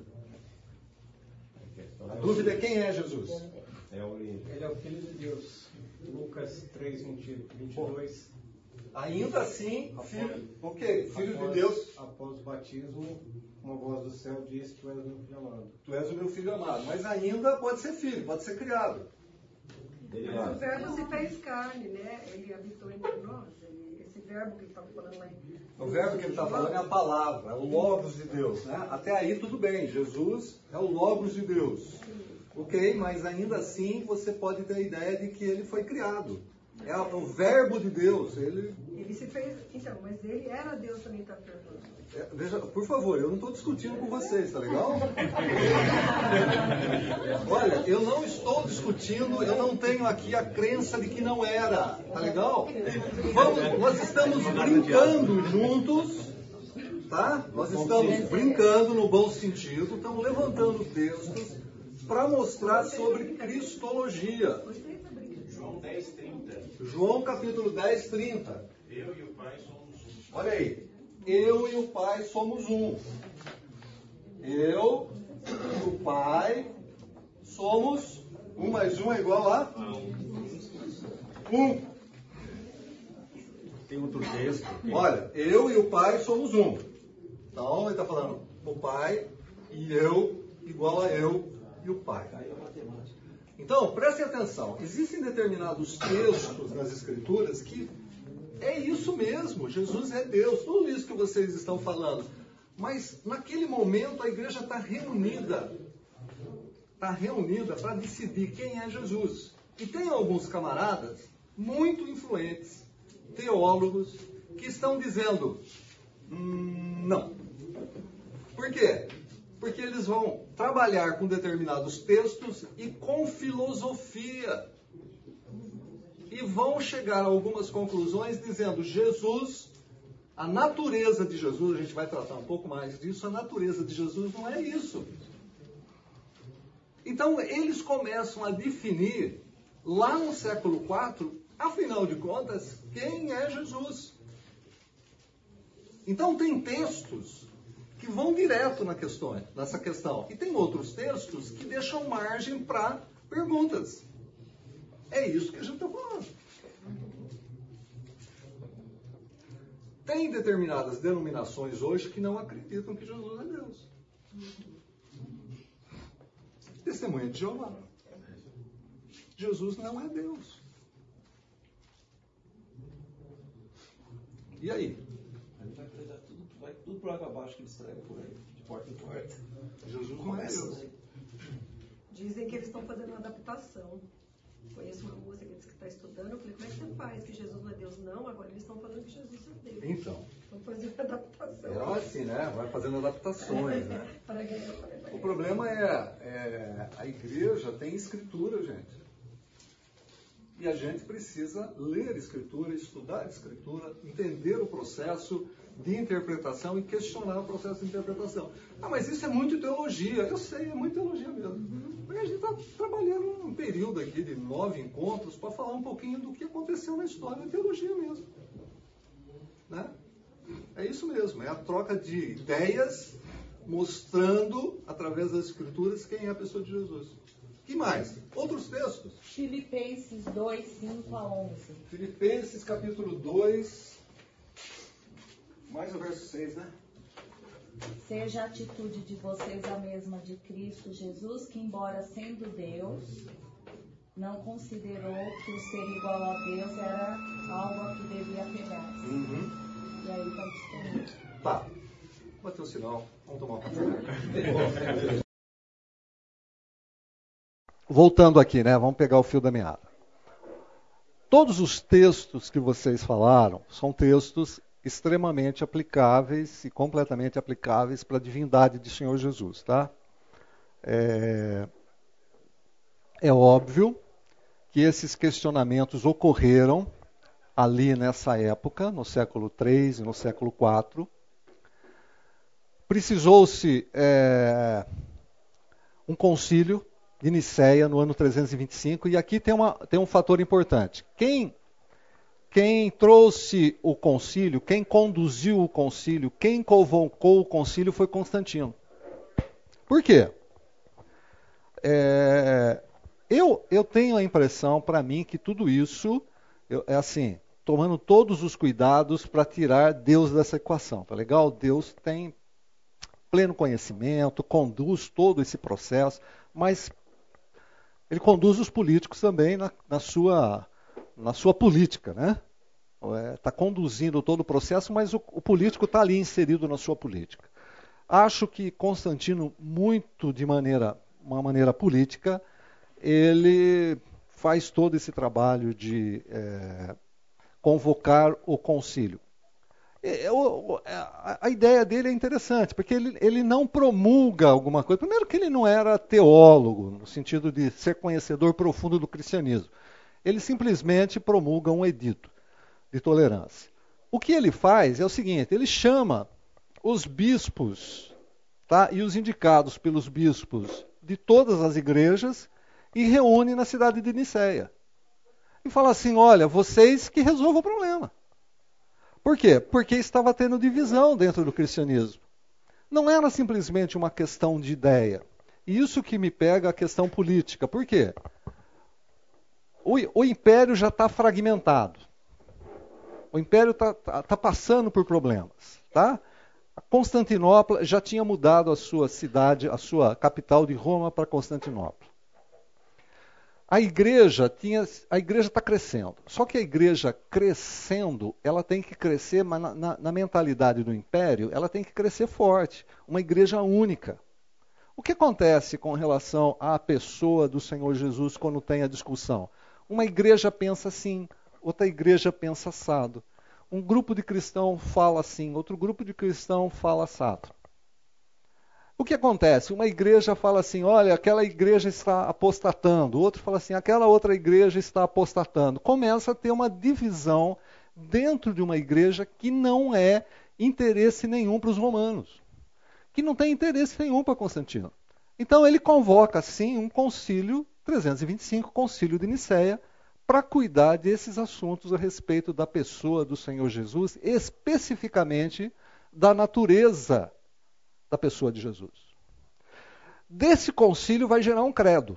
A dúvida é quem é Jesus. É a origem. Ele é o Filho de Deus. Lucas três, vinte, vinte e dois. Ainda assim, filho, ok, filho de Após- Deus, Após o batismo, uma voz do céu disse: Tu és meu filho amado. tu és o meu filho amado. Mas ainda pode ser filho, pode ser criado. Mas o verbo se fez carne, né? Ele habitou entre nós. Ele, esse verbo que ele estava falando lá em... O verbo que ele está falando é a palavra, é o Logos de Deus, né? Até aí tudo bem, Jesus é o Logos de Deus. Ok, mas ainda assim você pode ter a ideia de que ele foi criado. É o verbo de Deus. Ele, Ele se fez... Então, mas ele era Deus também, está perguntando. é, veja, por favor, eu não estou discutindo com vocês, tá legal? Olha, eu não estou discutindo, eu não tenho aqui a crença de que não era, tá legal? Vamos, nós estamos brincando juntos, tá? Nós estamos brincando no bom sentido, estamos levantando textos para mostrar sobre cristologia. João dez, trinta. João capítulo dez, trinta. Eu e o Pai somos um. Olha aí. Eu e o Pai somos um. Eu e o Pai somos um mais um é igual a um. Tem outro texto. Olha, eu e o Pai somos um. Então, ele está falando o Pai e eu igual a eu e o Pai. Então, prestem atenção. Existem determinados textos nas Escrituras que é isso mesmo. Jesus é Deus. Tudo isso que vocês estão falando. Mas, naquele momento, a igreja está reunida. Está reunida para decidir quem é Jesus. E tem alguns camaradas muito influentes, teólogos, que estão dizendo, hum, não. Por quê? Porque eles vão trabalhar com determinados textos e com filosofia. E vão chegar a algumas conclusões dizendo, Jesus, a natureza de Jesus, a gente vai tratar um pouco mais disso, a natureza de Jesus não é isso. Então, eles começam a definir, lá no século quatro, afinal de contas, quem é Jesus? Então, tem textos que vão direto na questão, nessa questão. E tem outros textos que deixam margem para perguntas. É isso que a gente está falando. Tem determinadas denominações hoje que não acreditam que Jesus é Deus. Testemunha de Jeová. Jesus não é Deus. E aí? Vai pregar tudo, vai tudo por água abaixo que eles pregam por aí, de porta em porta. Jesus não é Deus. Dizem que eles estão fazendo uma adaptação. Conheço uma moça que disse que está estudando. Eu falei, como é que você faz? Que Jesus não é Deus? Não, agora eles estão falando que Jesus é Deus. Então. Estão fazendo adaptação. É assim, né? Vai fazendo adaptações, né? O problema é, é a igreja tem escritura, gente. E a gente precisa ler escritura, estudar escritura, entender o processo de interpretação e questionar o processo de interpretação. Ah, mas isso é muito teologia. Eu sei, é muito teologia mesmo. Uhum. Porque a gente está trabalhando um período aqui de nove encontros para falar um pouquinho do que aconteceu na história, é teologia mesmo. Né? É isso mesmo, é a troca de ideias mostrando, através das escrituras, quem é a pessoa de Jesus. Que mais? Outros textos? Filipenses dois, cinco a onze. Filipenses capítulo dois, mais o verso seis, né? Seja a atitude de vocês a mesma de Cristo Jesus, que embora sendo Deus, não considerou que o ser igual a Deus era algo a que devia pegar-se. Uhum. E aí está disponível. Tá. Bateu o sinal. Vamos tomar um café. Voltando aqui, né? Vamos pegar o fio da meada. Todos os textos que vocês falaram são textos extremamente aplicáveis e completamente aplicáveis para a divindade de Senhor Jesus, tá? É, é óbvio que esses questionamentos ocorreram ali nessa época, no século três e no século quatro. Precisou-se é, um concílio de Nicéia no ano trezentos e vinte e cinco, e aqui tem, uma, tem um fator importante. Quem, quem trouxe o concílio, quem conduziu o concílio, quem convocou o concílio foi Constantino. Por quê? É, eu, eu tenho a impressão, para mim, que tudo isso eu, é assim, tomando todos os cuidados para tirar Deus dessa equação, tá legal? Deus tem pleno conhecimento, conduz todo esse processo, mas ele conduz os políticos também na, na, sua, na sua política, né? Está conduzindo todo o processo, mas o, o político está ali inserido na sua política. Acho que Constantino, muito de maneira, uma maneira política, ele faz todo esse trabalho de é, convocar o concílio. É, o, a, a ideia dele é interessante, porque ele, ele não promulga alguma coisa. Primeiro que ele não era teólogo, no sentido de ser conhecedor profundo do cristianismo. Ele simplesmente promulga um edito de tolerância. O que ele faz é o seguinte, ele chama os bispos, tá, e os indicados pelos bispos de todas as igrejas e reúne na cidade de Nicéia. E fala assim, olha, vocês que resolvam o problema. Por quê? Porque estava tendo divisão dentro do cristianismo. Não era simplesmente uma questão de ideia. E isso que me pega a questão política. Por quê? O, o império já está fragmentado. O império está tá, tá passando por problemas. Tá? A Constantinopla já tinha mudado a sua cidade, a sua capital de Roma para Constantinopla. A igreja tinha, a igreja está crescendo. Só que a igreja crescendo, ela tem que crescer, mas na, na, na mentalidade do império, ela tem que crescer forte. Uma igreja única. O que acontece com relação à pessoa do Senhor Jesus quando tem a discussão? Uma igreja pensa assim, outra igreja pensa assado. Um grupo de cristão fala assim, outro grupo de cristão fala assado. O que acontece? Uma igreja fala assim, olha, aquela igreja está apostatando. O outro fala assim, aquela outra igreja está apostatando. Começa a ter uma divisão dentro de uma igreja que não é interesse nenhum para os romanos. Que não tem interesse nenhum para Constantino. Então ele convoca, sim, um concílio, trezentos e vinte e cinco, concílio de Nicéia, para cuidar desses assuntos a respeito da pessoa do Senhor Jesus, especificamente da natureza da pessoa de Jesus. Desse concílio vai gerar um credo.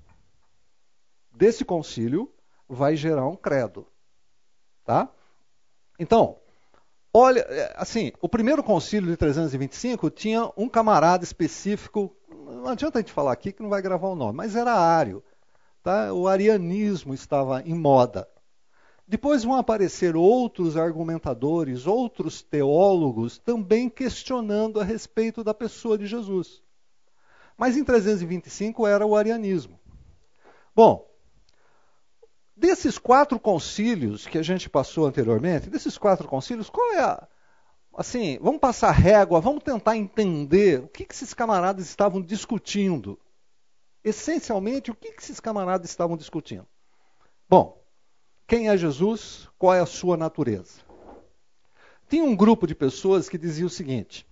Desse concílio vai gerar um credo. Tá? Então, olha, assim, o primeiro concílio de trezentos e vinte e cinco tinha um camarada específico, não adianta a gente falar aqui que não vai gravar o nome, mas era Ário. Tá? O arianismo estava em moda. Depois vão aparecer outros argumentadores, outros teólogos, também questionando a respeito da pessoa de Jesus. Mas em trezentos e vinte e cinco era o arianismo. Bom, desses quatro concílios que a gente passou anteriormente, desses quatro concílios, qual é a... Assim, vamos passar régua, vamos tentar entender o que, que esses camaradas estavam discutindo. Essencialmente, o que, que esses camaradas estavam discutindo? Bom, quem é Jesus? Qual é a sua natureza? Tinha um grupo de pessoas que dizia o seguinte: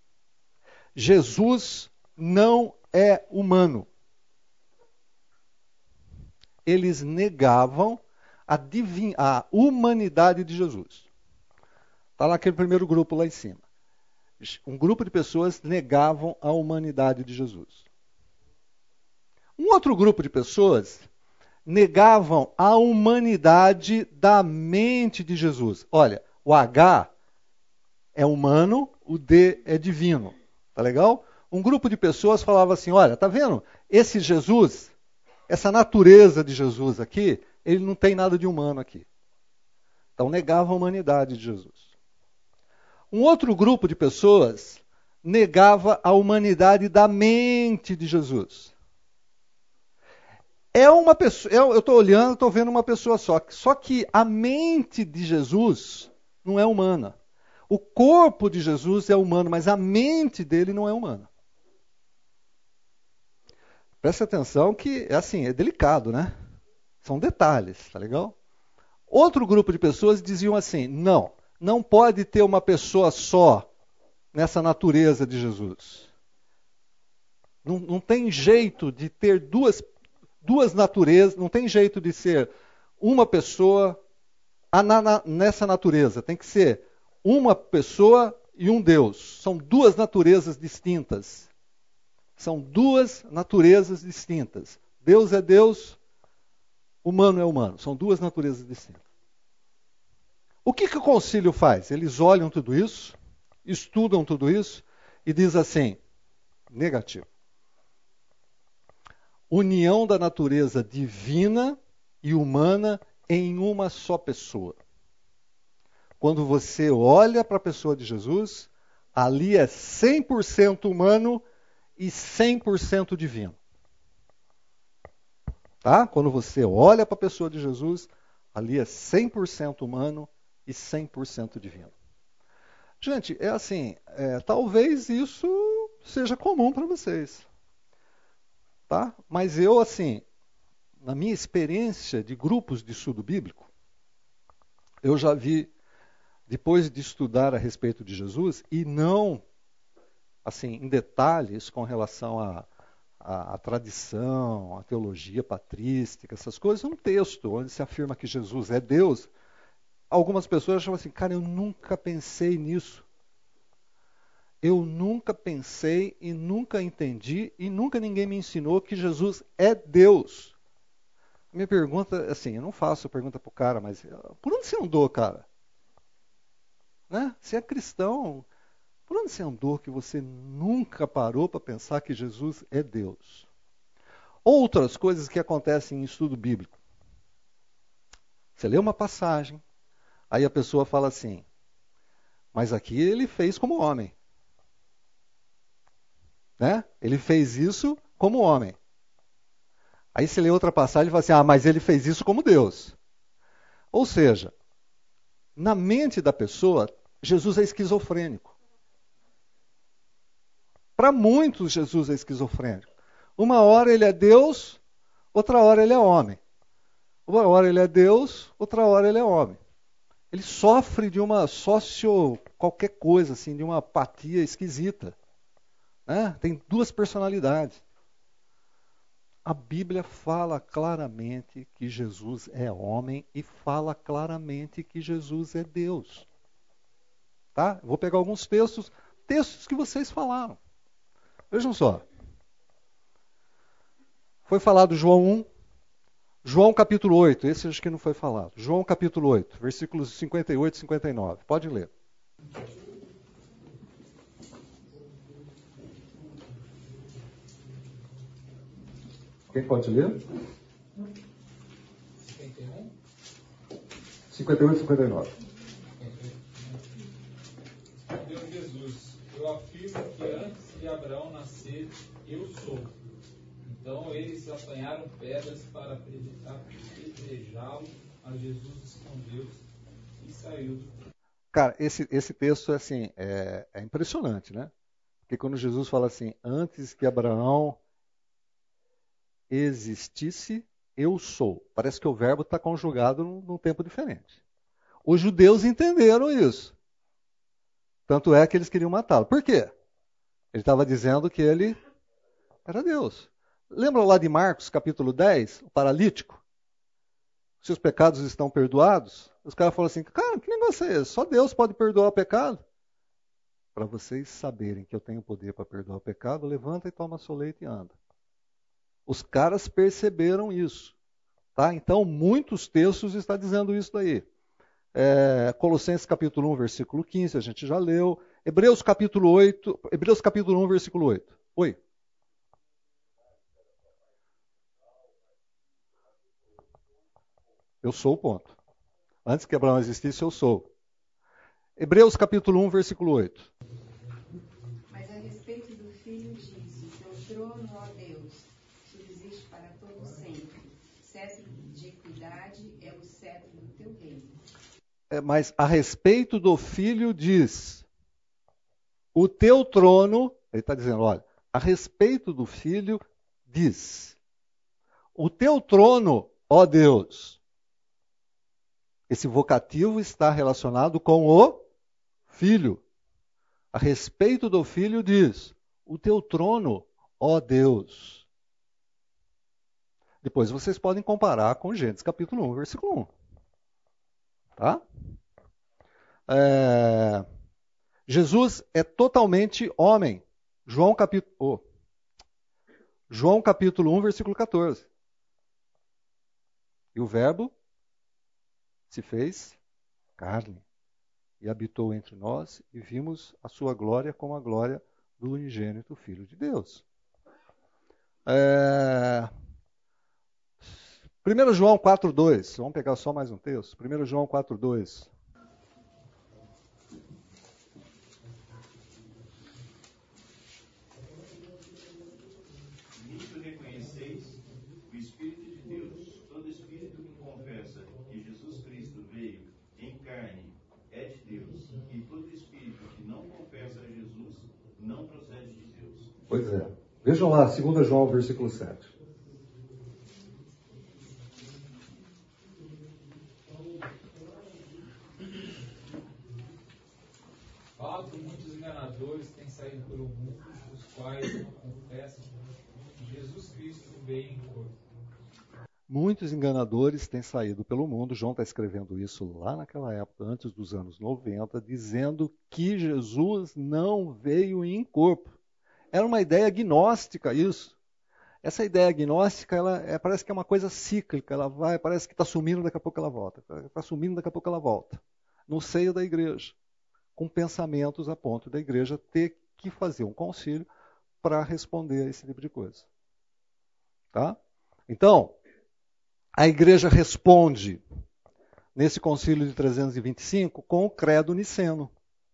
Jesus não é humano. Eles negavam a, divin... a humanidade de Jesus. Está lá aquele primeiro grupo lá em cima. Um grupo de pessoas negavam a humanidade de Jesus. Um outro grupo de pessoas negavam a humanidade da mente de Jesus. Olha, o H é humano, o D é divino. Tá legal? Um grupo de pessoas falava assim, olha, tá vendo? Esse Jesus, essa natureza de Jesus aqui, ele não tem nada de humano aqui. Então negava a humanidade de Jesus. Um outro grupo de pessoas negava a humanidade da mente de Jesus. É uma pessoa, eu estou olhando, estou vendo uma pessoa só. Só que a mente de Jesus não é humana. O corpo de Jesus é humano, mas a mente dele não é humana. Presta atenção que é assim, é delicado, né? São detalhes, tá legal? Outro grupo de pessoas diziam assim, não, não pode ter uma pessoa só nessa natureza de Jesus. Não, não tem jeito de ter duas Duas naturezas, não tem jeito de ser uma pessoa nessa natureza. Tem que ser uma pessoa e um Deus. São duas naturezas distintas. São duas naturezas distintas. Deus é Deus, humano é humano. São duas naturezas distintas. O que, que o concílio faz? Eles olham tudo isso, estudam tudo isso e diz assim, negativo. União da natureza divina e humana em uma só pessoa. Quando você olha para a pessoa de Jesus, ali é cem por cento humano e cem por cento divino. Tá? Quando você olha para a pessoa de Jesus, ali é cem por cento humano e cem por cento divino. Gente, é assim, é, talvez isso seja comum para vocês. Tá? Mas eu, assim, na minha experiência de grupos de estudo bíblico, eu já vi, depois de estudar a respeito de Jesus, e não, assim, em detalhes com relação à a, a, a tradição, a teologia patrística, essas coisas, um texto onde se afirma que Jesus é Deus, algumas pessoas acham assim, cara, eu nunca pensei nisso. Eu nunca pensei e nunca entendi e nunca ninguém me ensinou que Jesus é Deus. Minha pergunta, assim, eu não faço pergunta para o cara, mas por onde você andou, cara? Né? Você é cristão. Por onde você andou que você nunca parou para pensar que Jesus é Deus? Outras coisas que acontecem em estudo bíblico. Você lê uma passagem, aí a pessoa fala assim, mas aqui ele fez como homem. Né? Ele fez isso como homem. Aí você lê outra passagem e fala assim, ah, mas ele fez isso como Deus. Ou seja, na mente da pessoa, Jesus é esquizofrênico. Para muitos, Jesus é esquizofrênico. Uma hora ele é Deus, outra hora ele é homem. Uma hora ele é Deus, outra hora ele é homem. Ele sofre de uma sócio qualquer coisa, assim, de uma apatia esquisita. Né? Tem duas personalidades. A Bíblia fala claramente que Jesus é homem e fala claramente que Jesus é Deus. Tá? Vou pegar alguns textos, textos que vocês falaram. Vejam só. Foi falado João um, João capítulo oito, esse acho que não foi falado. João capítulo oito, versículos cinquenta e oito e cinquenta e nove. Pode ler. Quem pode ler? cinquenta e um? cinquenta e oito e cinquenta e nove. Respondeu Jesus, eu afirmo que antes de Abraão nascer, eu sou. Então eles apanharam pedras para apedrejá-lo, mas Jesus escondeu-se e saiu. Cara, esse, esse texto assim, é, é impressionante, né? Porque quando Jesus fala assim, antes que Abraão existisse, eu sou. Parece que o verbo está conjugado num, num tempo diferente. Os judeus entenderam isso. Tanto é que eles queriam matá-lo. Por quê? Ele estava dizendo que ele era Deus. Lembra lá de Marcos, capítulo dez, o paralítico? Seus pecados estão perdoados? Os caras falaram assim, cara, que negócio é esse? Só Deus pode perdoar o pecado? Para vocês saberem que eu tenho poder para perdoar o pecado, levanta e toma seu leite e anda. Os caras perceberam isso. Tá? Então, muitos textos estão dizendo isso daí. É, Colossenses capítulo um, versículo quinze, a gente já leu. Hebreus capítulo oito, Hebreus capítulo um, versículo oito. Oi. Eu sou o ponto. Antes que Abraão existisse, eu sou. Hebreus capítulo um, versículo oito. Mas a respeito do Filho diz, o teu trono, ó Deus, subsiste para todo sempre. Cetro de equidade é o cetro do teu reino. É, mas a respeito do Filho diz, o teu trono, ele está dizendo, olha, a respeito do Filho diz, o teu trono, ó Deus. Esse vocativo está relacionado com o Filho. A respeito do Filho diz, o teu trono, ó Deus. Depois vocês podem comparar com Gênesis capítulo um, versículo um. Tá? É... Jesus é totalmente homem. João capítulo, oh. João capítulo um, versículo catorze. E o verbo se fez carne e habitou entre nós e vimos a sua glória como a glória do unigênito Filho de Deus. É... primeiro João quatro, dois. Vamos pegar só mais um texto. primeiro João quatro, dois. Nisso reconheceis o Espírito de Deus. Todo espírito que confessa que Jesus Cristo veio em carne é de Deus. E todo espírito que não confessa a Jesus não procede de Deus. Pois é. Vejam lá, dois João, versículo sete. Fato, muitos enganadores têm saído pelo mundo, os quais não confessam que Jesus Cristo veio em corpo. Muitos enganadores têm saído pelo mundo. João está escrevendo isso lá naquela época, antes dos anos noventa, dizendo que Jesus não veio em corpo. Era uma ideia gnóstica isso. Essa ideia gnóstica, ela é, parece que é uma coisa cíclica. Ela vai, parece que está sumindo, daqui a pouco ela volta. Está sumindo, daqui a pouco ela volta. No seio da igreja. com pensamentos a ponto da igreja ter que fazer um concílio para responder a esse tipo de coisa. Tá? Então, a igreja responde nesse concílio de trezentos e vinte e cinco com o credo niceno.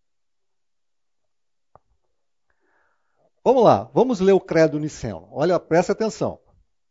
Vamos lá, vamos ler o credo niceno. Olha, presta atenção.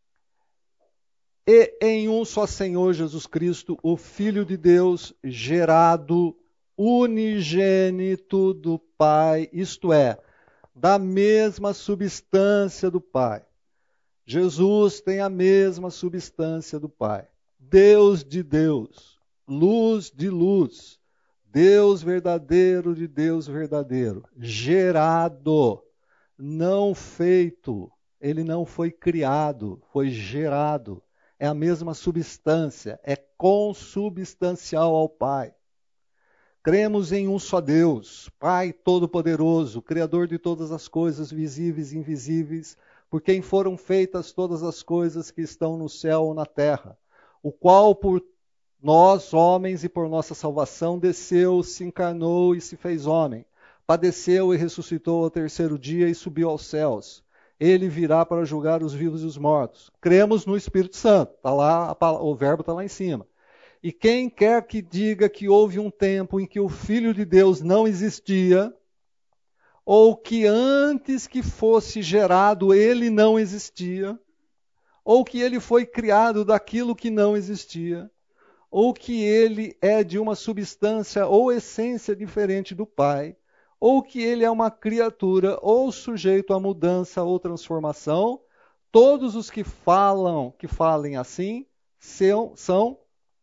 E em um só Senhor Jesus Cristo, o Filho de Deus, gerado unigênito do Pai, isto é, da mesma substância do Pai. Jesus tem a mesma substância do Pai. Deus de Deus, luz de luz, Deus verdadeiro de Deus verdadeiro, gerado, não feito, ele não foi criado, foi gerado. É a mesma substância, é consubstancial ao Pai. Cremos em um só Deus, Pai Todo-Poderoso, Criador de todas as coisas visíveis e invisíveis, por quem foram feitas todas as coisas que estão no céu ou na terra, o qual por nós, homens, e por nossa salvação, desceu, se encarnou e se fez homem, padeceu e ressuscitou ao terceiro dia e subiu aos céus. Ele virá para julgar os vivos e os mortos. Cremos no Espírito Santo. Tá lá, o verbo está lá em cima. E quem quer que diga que houve um tempo em que o Filho de Deus não existia, ou que antes que fosse gerado ele não existia, ou que ele foi criado daquilo que não existia, ou que ele é de uma substância ou essência diferente do Pai, ou que ele é uma criatura ou sujeito a mudança ou transformação, todos os que falam, que falem assim, são, são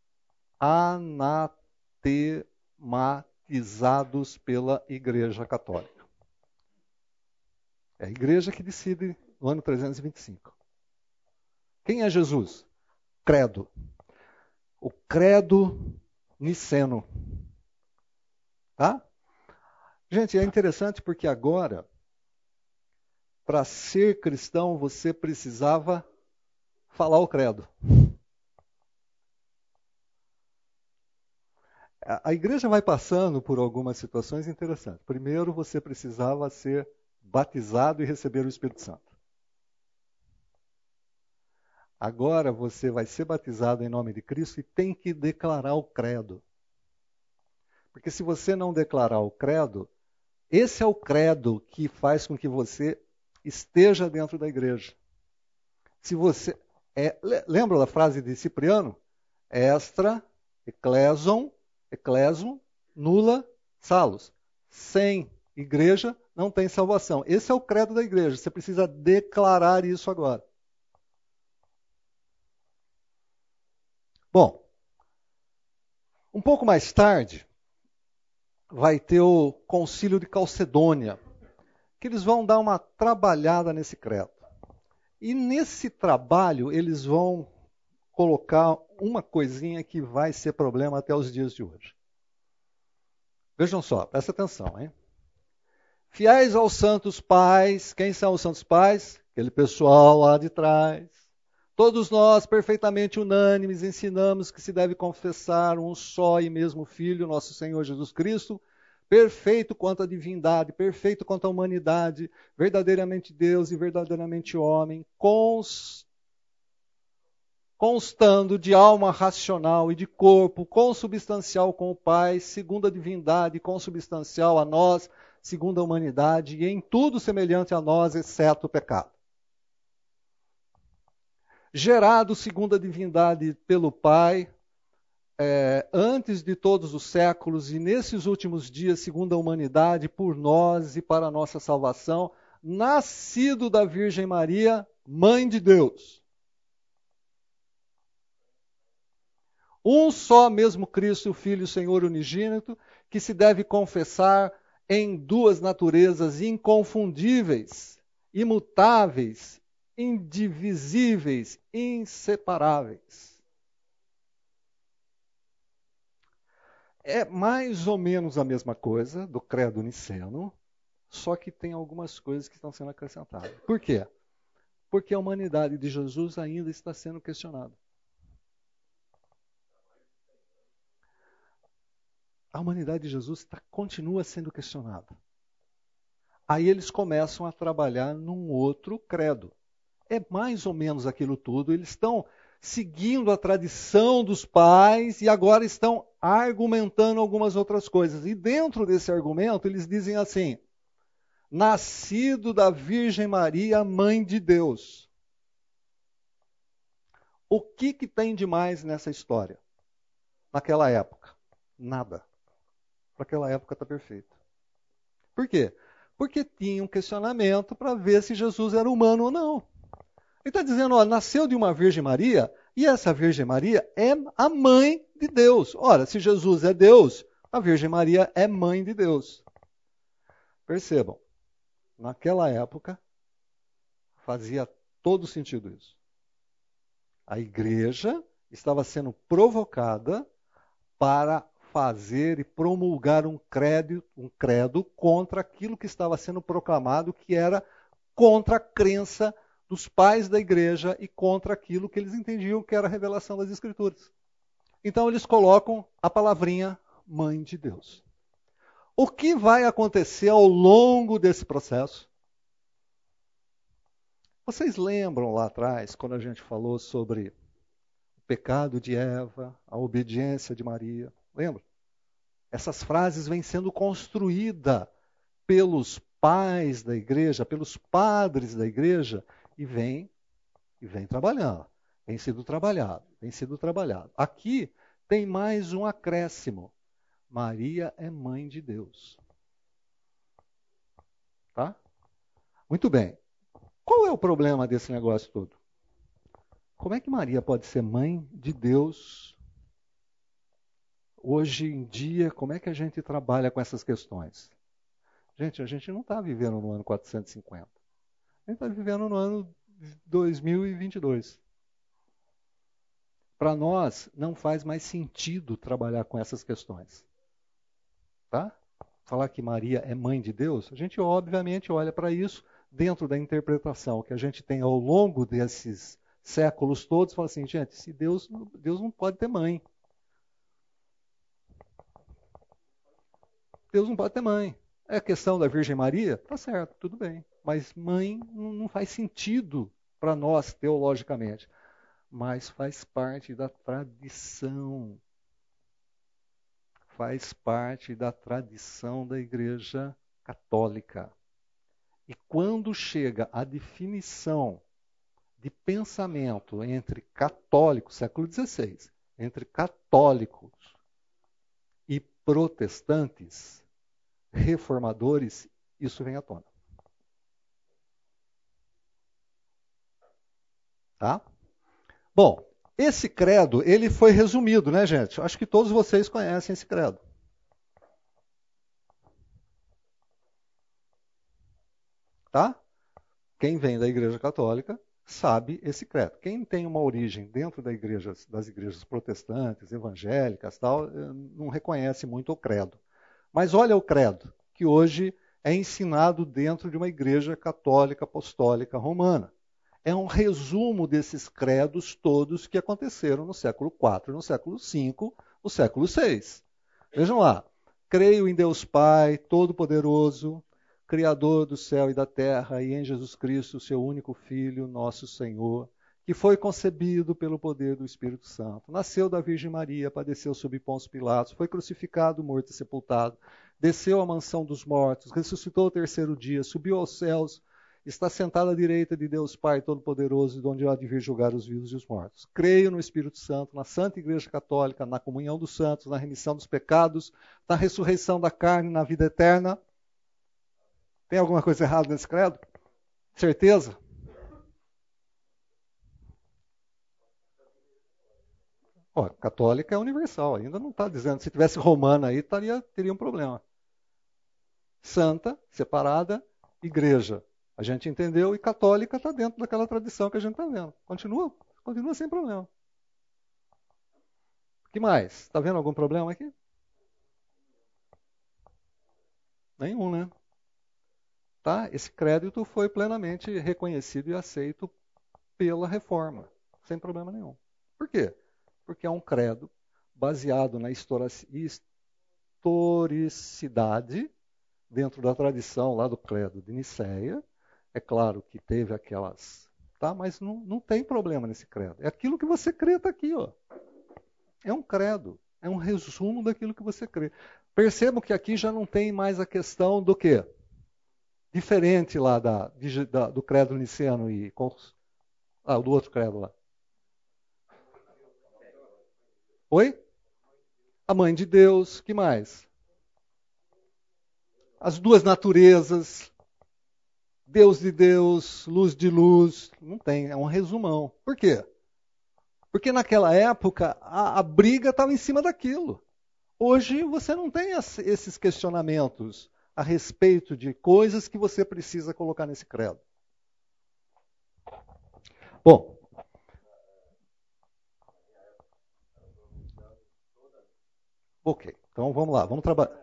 anatematizados pela Igreja Católica. É a igreja que decide no ano trezentos e vinte e cinco. Quem é Jesus? Credo. O credo niceno. Tá? Gente, é interessante porque agora, para ser cristão, você precisava falar o credo. A igreja vai passando por algumas situações interessantes. Primeiro, você precisava ser batizado e receber o Espírito Santo. Agora você vai ser batizado em nome de Cristo e tem que declarar o credo. Porque se você não declarar o credo, esse é o credo que faz com que você esteja dentro da igreja. Se você é, lembra da frase de Cipriano? Extra, eccleson, eccleson, nulla salus. Sem igreja não tem salvação. Esse é o credo da igreja. Você precisa declarar isso agora. Bom, um pouco mais tarde, vai ter o Concílio de Calcedônia, que eles vão dar uma trabalhada nesse credo. E nesse trabalho, eles vão colocar uma coisinha que vai ser problema até os dias de hoje. Vejam só, presta atenção, hein? Fiéis aos santos pais, quem são os santos pais? Aquele pessoal lá de trás. Todos nós, perfeitamente unânimes, ensinamos que se deve confessar um só e mesmo Filho, nosso Senhor Jesus Cristo, perfeito quanto à divindade, perfeito quanto à humanidade, verdadeiramente Deus e verdadeiramente homem, const... constando de alma racional e de corpo consubstancial com o Pai, segundo a divindade, consubstancial a nós, segundo a humanidade, e em tudo semelhante a nós, exceto o pecado. Gerado segundo a divindade pelo Pai, é, antes de todos os séculos, e nesses últimos dias, segundo a humanidade, por nós e para a nossa salvação, nascido da Virgem Maria, Mãe de Deus. Um só mesmo Cristo, o Filho, o Senhor unigênito, que se deve confessar em duas naturezas inconfundíveis, imutáveis, indivisíveis, inseparáveis. É mais ou menos a mesma coisa do credo niceno, só que tem algumas coisas que estão sendo acrescentadas. Por quê? Porque a humanidade de Jesus ainda está sendo questionada. a humanidade de Jesus tá, continua sendo questionada. Aí eles começam a trabalhar num outro credo. É mais ou menos aquilo tudo. Eles estão seguindo a tradição dos pais e agora estão argumentando algumas outras coisas. E dentro desse argumento, eles dizem assim: nascido da Virgem Maria, mãe de Deus. O que, que tem de mais nessa história? Naquela época? Nada. Para aquela época está perfeito. Por quê? Porque tinha um questionamento para ver se Jesus era humano ou não. Ele está dizendo, ó, nasceu de uma Virgem Maria, e essa Virgem Maria é a mãe de Deus. Ora, se Jesus é Deus, a Virgem Maria é mãe de Deus. Percebam, naquela época fazia todo sentido isso. A igreja estava sendo provocada para fazer e promulgar um credo, um credo contra aquilo que estava sendo proclamado, que era contra a crença dos pais da igreja e contra aquilo que eles entendiam que era a revelação das Escrituras. Então eles colocam a palavrinha mãe de Deus. O que vai acontecer ao longo desse processo? Vocês lembram lá atrás, quando a gente falou sobre o pecado de Eva, a obediência de Maria? Lembra? Essas frases vêm sendo construídas pelos pais da igreja, pelos padres da igreja, e vem, e vem trabalhando. Vem sido trabalhado, vem sido trabalhado. Aqui tem mais um acréscimo. Maria é mãe de Deus. Tá? Muito bem. Qual é o problema desse negócio todo? Como é que Maria pode ser mãe de Deus? Hoje em dia, como é que a gente trabalha com essas questões? Gente, a gente não está vivendo no ano quatrocentos e cinquenta. A gente está vivendo no ano dois mil e vinte e dois. Para nós, não faz mais sentido trabalhar com essas questões. Tá? Falar que Maria é mãe de Deus, a gente obviamente olha para isso dentro da interpretação que a gente tem ao longo desses séculos todos, fala assim, gente, se Deus, Deus não pode ter mãe. Deus não pode ter mãe. É a questão da Virgem Maria? Tá certo, tudo bem. Mas mãe não faz sentido para nós, teologicamente. Mas faz parte da tradição. Faz parte da tradição da Igreja Católica. E quando chega a definição de pensamento entre católicos, século dezesseis, entre católicos e protestantes, reformadores, isso vem à tona. Tá? Bom, esse credo, ele foi resumido, né, gente? Acho que todos vocês conhecem esse credo. Tá? Quem vem da Igreja Católica sabe esse credo. Quem tem uma origem dentro da igreja, das igrejas protestantes, evangélicas, tal, não reconhece muito o credo. Mas olha o credo, que hoje é ensinado dentro de uma igreja católica apostólica romana. É um resumo desses credos todos que aconteceram no século quatro, no século cinco, no século seis. Vejam lá. Creio em Deus Pai, Todo-Poderoso, Criador do céu e da terra, e em Jesus Cristo, seu único Filho, nosso Senhor, que foi concebido pelo poder do Espírito Santo. Nasceu da Virgem Maria, padeceu sob Pôncio Pilatos, foi crucificado, morto e sepultado, desceu à mansão dos mortos, ressuscitou ao terceiro dia, subiu aos céus, está sentado à direita de Deus Pai Todo-Poderoso, de onde há de vir julgar os vivos e os mortos. Creio no Espírito Santo, na Santa Igreja Católica, na comunhão dos santos, na remissão dos pecados, na ressurreição da carne, na vida eterna. Tem alguma coisa errada nesse credo? Certeza? Ó, católica é universal, ainda não está dizendo. Se tivesse romana aí, taria, teria um problema. Santa, separada, igreja. A gente entendeu e católica está dentro daquela tradição que a gente está vendo. Continua, continua sem problema. O que mais? Está vendo algum problema aqui? Nenhum, né? Tá? Esse crédito foi plenamente reconhecido e aceito pela reforma, sem problema nenhum. Por quê? Porque é um credo baseado na historicidade dentro da tradição lá do credo de Nicéia. É claro que teve aquelas... Tá? Mas não, não tem problema nesse credo. É aquilo que você crê, está aqui. Ó. É um credo. É um resumo daquilo que você crê. Percebam que aqui já não tem mais a questão do quê? Diferente lá da, de, da, do credo niceno e... Ah, do outro credo lá. Oi? A mãe de Deus, que mais? As duas naturezas, Deus de Deus, luz de luz, não tem, é um resumão. Por quê? Porque naquela época a, a briga estava em cima daquilo. Hoje você não tem as, esses questionamentos a respeito de coisas que você precisa colocar nesse credo. Bom, ok, então vamos lá, vamos trabalhar.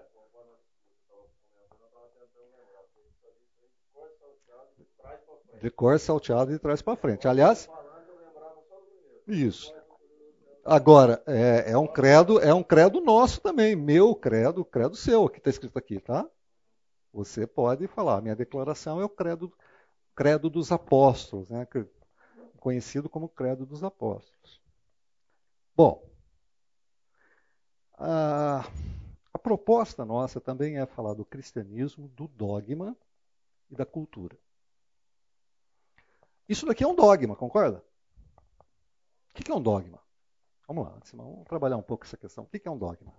De cor salteado de trás para frente. Aliás, isso. Agora, é, é um credo, é um credo nosso também, meu credo, credo seu, que está escrito aqui, tá? Você pode falar, minha declaração é o credo, credo dos apóstolos, né? Conhecido como credo dos apóstolos. Bom, a, a proposta nossa também é falar do cristianismo, do dogma e da cultura. Isso daqui é um dogma, concorda? O que é um dogma? Vamos lá, vamos trabalhar um pouco essa questão. O que é um dogma?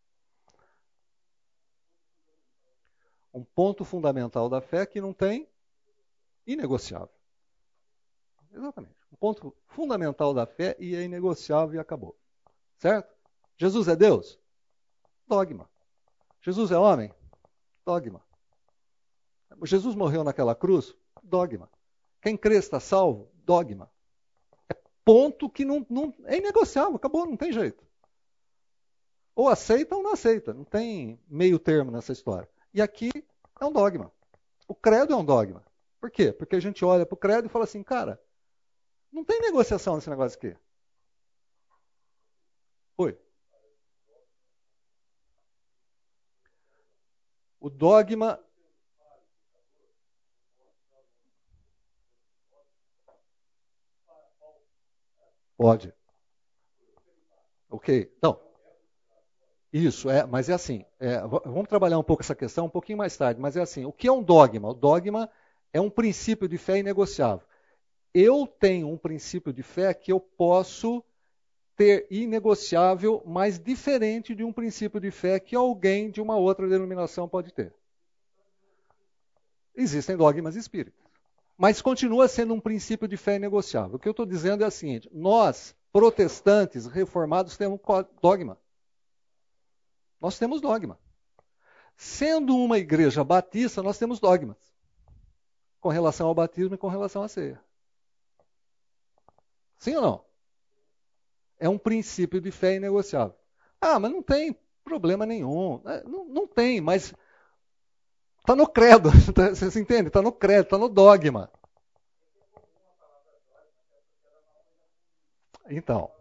Um ponto fundamental da fé que não tem inegociável. Exatamente. Um ponto fundamental da fé e é inegociável e acabou. Certo? Jesus é Deus? Dogma. Jesus é homem? Dogma. Jesus morreu naquela cruz? Dogma. Quem crê está salvo? Dogma. É ponto que não, não é inegociável, acabou, não tem jeito. Ou aceita ou não aceita, não tem meio termo nessa história. E aqui é um dogma. O credo é um dogma. Por quê? Porque a gente olha para o credo e fala assim, cara, não tem negociação nesse negócio aqui. Oi. O dogma... Pode. Ok. Então, isso, é, mas é assim, é, vamos trabalhar um pouco essa questão um pouquinho mais tarde, mas é assim, o que é um dogma? O dogma é um princípio de fé inegociável. Eu tenho um princípio de fé que eu posso ter inegociável, mas diferente de um princípio de fé que alguém de uma outra denominação pode ter. Existem dogmas espíritas. Mas continua sendo um princípio de fé inegociável. O que eu estou dizendo é o seguinte, nós, protestantes, reformados, temos dogma. Nós temos dogma. Sendo uma igreja batista, nós temos dogmas. Com relação ao batismo e com relação à ceia. Sim ou não? É um princípio de fé inegociável. Ah, mas não tem problema nenhum. Não, não tem, mas está no credo. Você entende? Está no credo, está no dogma. Então,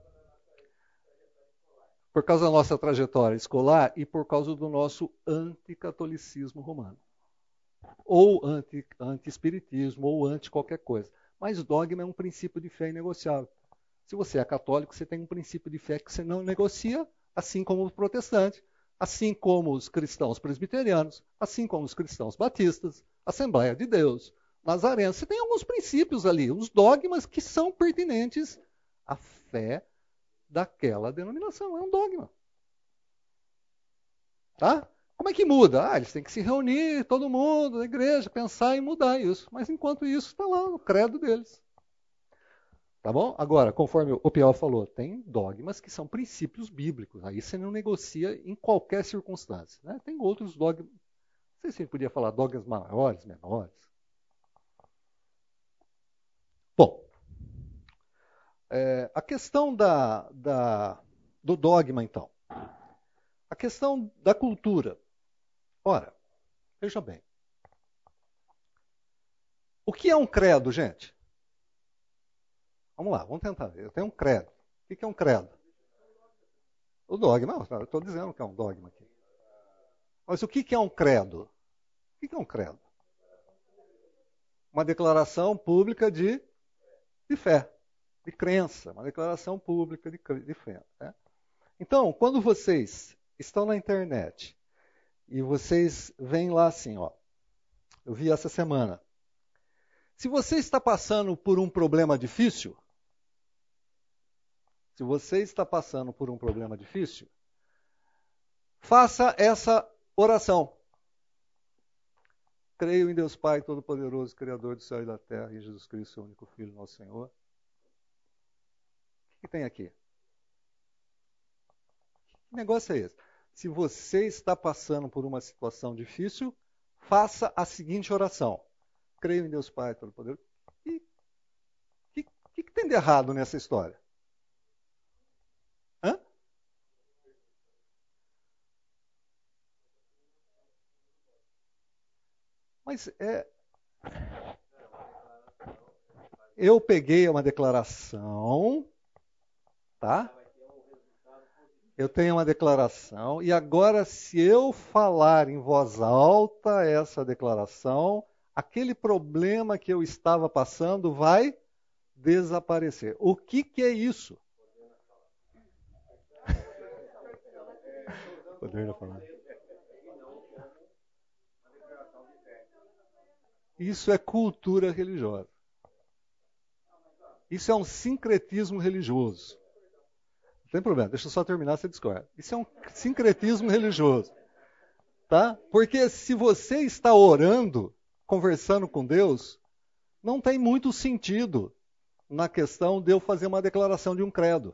por causa da nossa trajetória escolar e por causa do nosso anticatolicismo romano. Ou anti, anti-espiritismo, ou anti qualquer coisa. Mas dogma é um princípio de fé inegociável. Se você é católico, você tem um princípio de fé que você não negocia, assim como os protestantes, assim como os cristãos presbiterianos, assim como os cristãos batistas, Assembleia de Deus, nazarenos. Você tem alguns princípios ali, uns dogmas que são pertinentes à fé daquela denominação. É um dogma. Tá? Como é que muda? Ah, eles têm que se reunir, todo mundo, na igreja, pensar em mudar isso. Mas enquanto isso, está lá no credo deles. Tá bom? Agora, conforme o Piau falou, tem dogmas que são princípios bíblicos. Aí você não negocia em qualquer circunstância. Né? Tem outros dogmas. Não sei se a gente podia falar dogmas maiores, menores. Bom, é, a questão da, da, do dogma, então. A questão da cultura. Ora, veja bem. O que é um credo, gente? Vamos lá, vamos tentar ver. Eu tenho um credo. O que é um credo? O dogma. Eu estou dizendo que é um dogma aqui. Mas o que que é um credo? O que que é um credo? Uma declaração pública de, de fé, de crença, uma declaração pública de, de fé. Né? Então, quando vocês estão na internet e vocês veem lá assim, ó, eu vi essa semana, se você está passando por um problema difícil, se você está passando por um problema difícil, faça essa oração. Creio em Deus Pai Todo-Poderoso, Criador do céu e da terra, e em Jesus Cristo, seu único Filho, nosso Senhor. O que tem aqui? Que negócio é esse? Se você está passando por uma situação difícil, faça a seguinte oração. Creio em Deus Pai Todo-Poderoso. E o que, que, que tem de errado nessa história? Hã? Mas é... Eu peguei uma declaração, tá? Eu tenho uma declaração, e agora se eu falar em voz alta essa declaração, aquele problema que eu estava passando vai desaparecer. O que que é isso? Poder da palavra. Isso é cultura religiosa. Isso é um sincretismo religioso. Não tem problema, deixa eu só terminar, você discorda. Isso é um sincretismo religioso. Tá? Porque se você está orando, conversando com Deus, não tem muito sentido na questão de eu fazer uma declaração de um credo.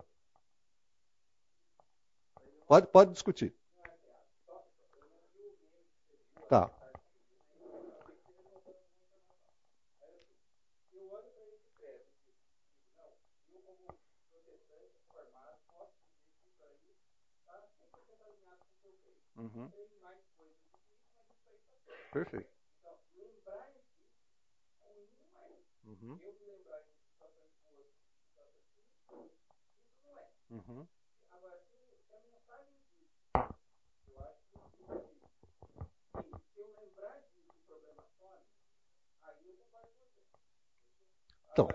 Pode, pode discutir. Tá. Uhum. Perfeito. Uhum. Uhum. Então.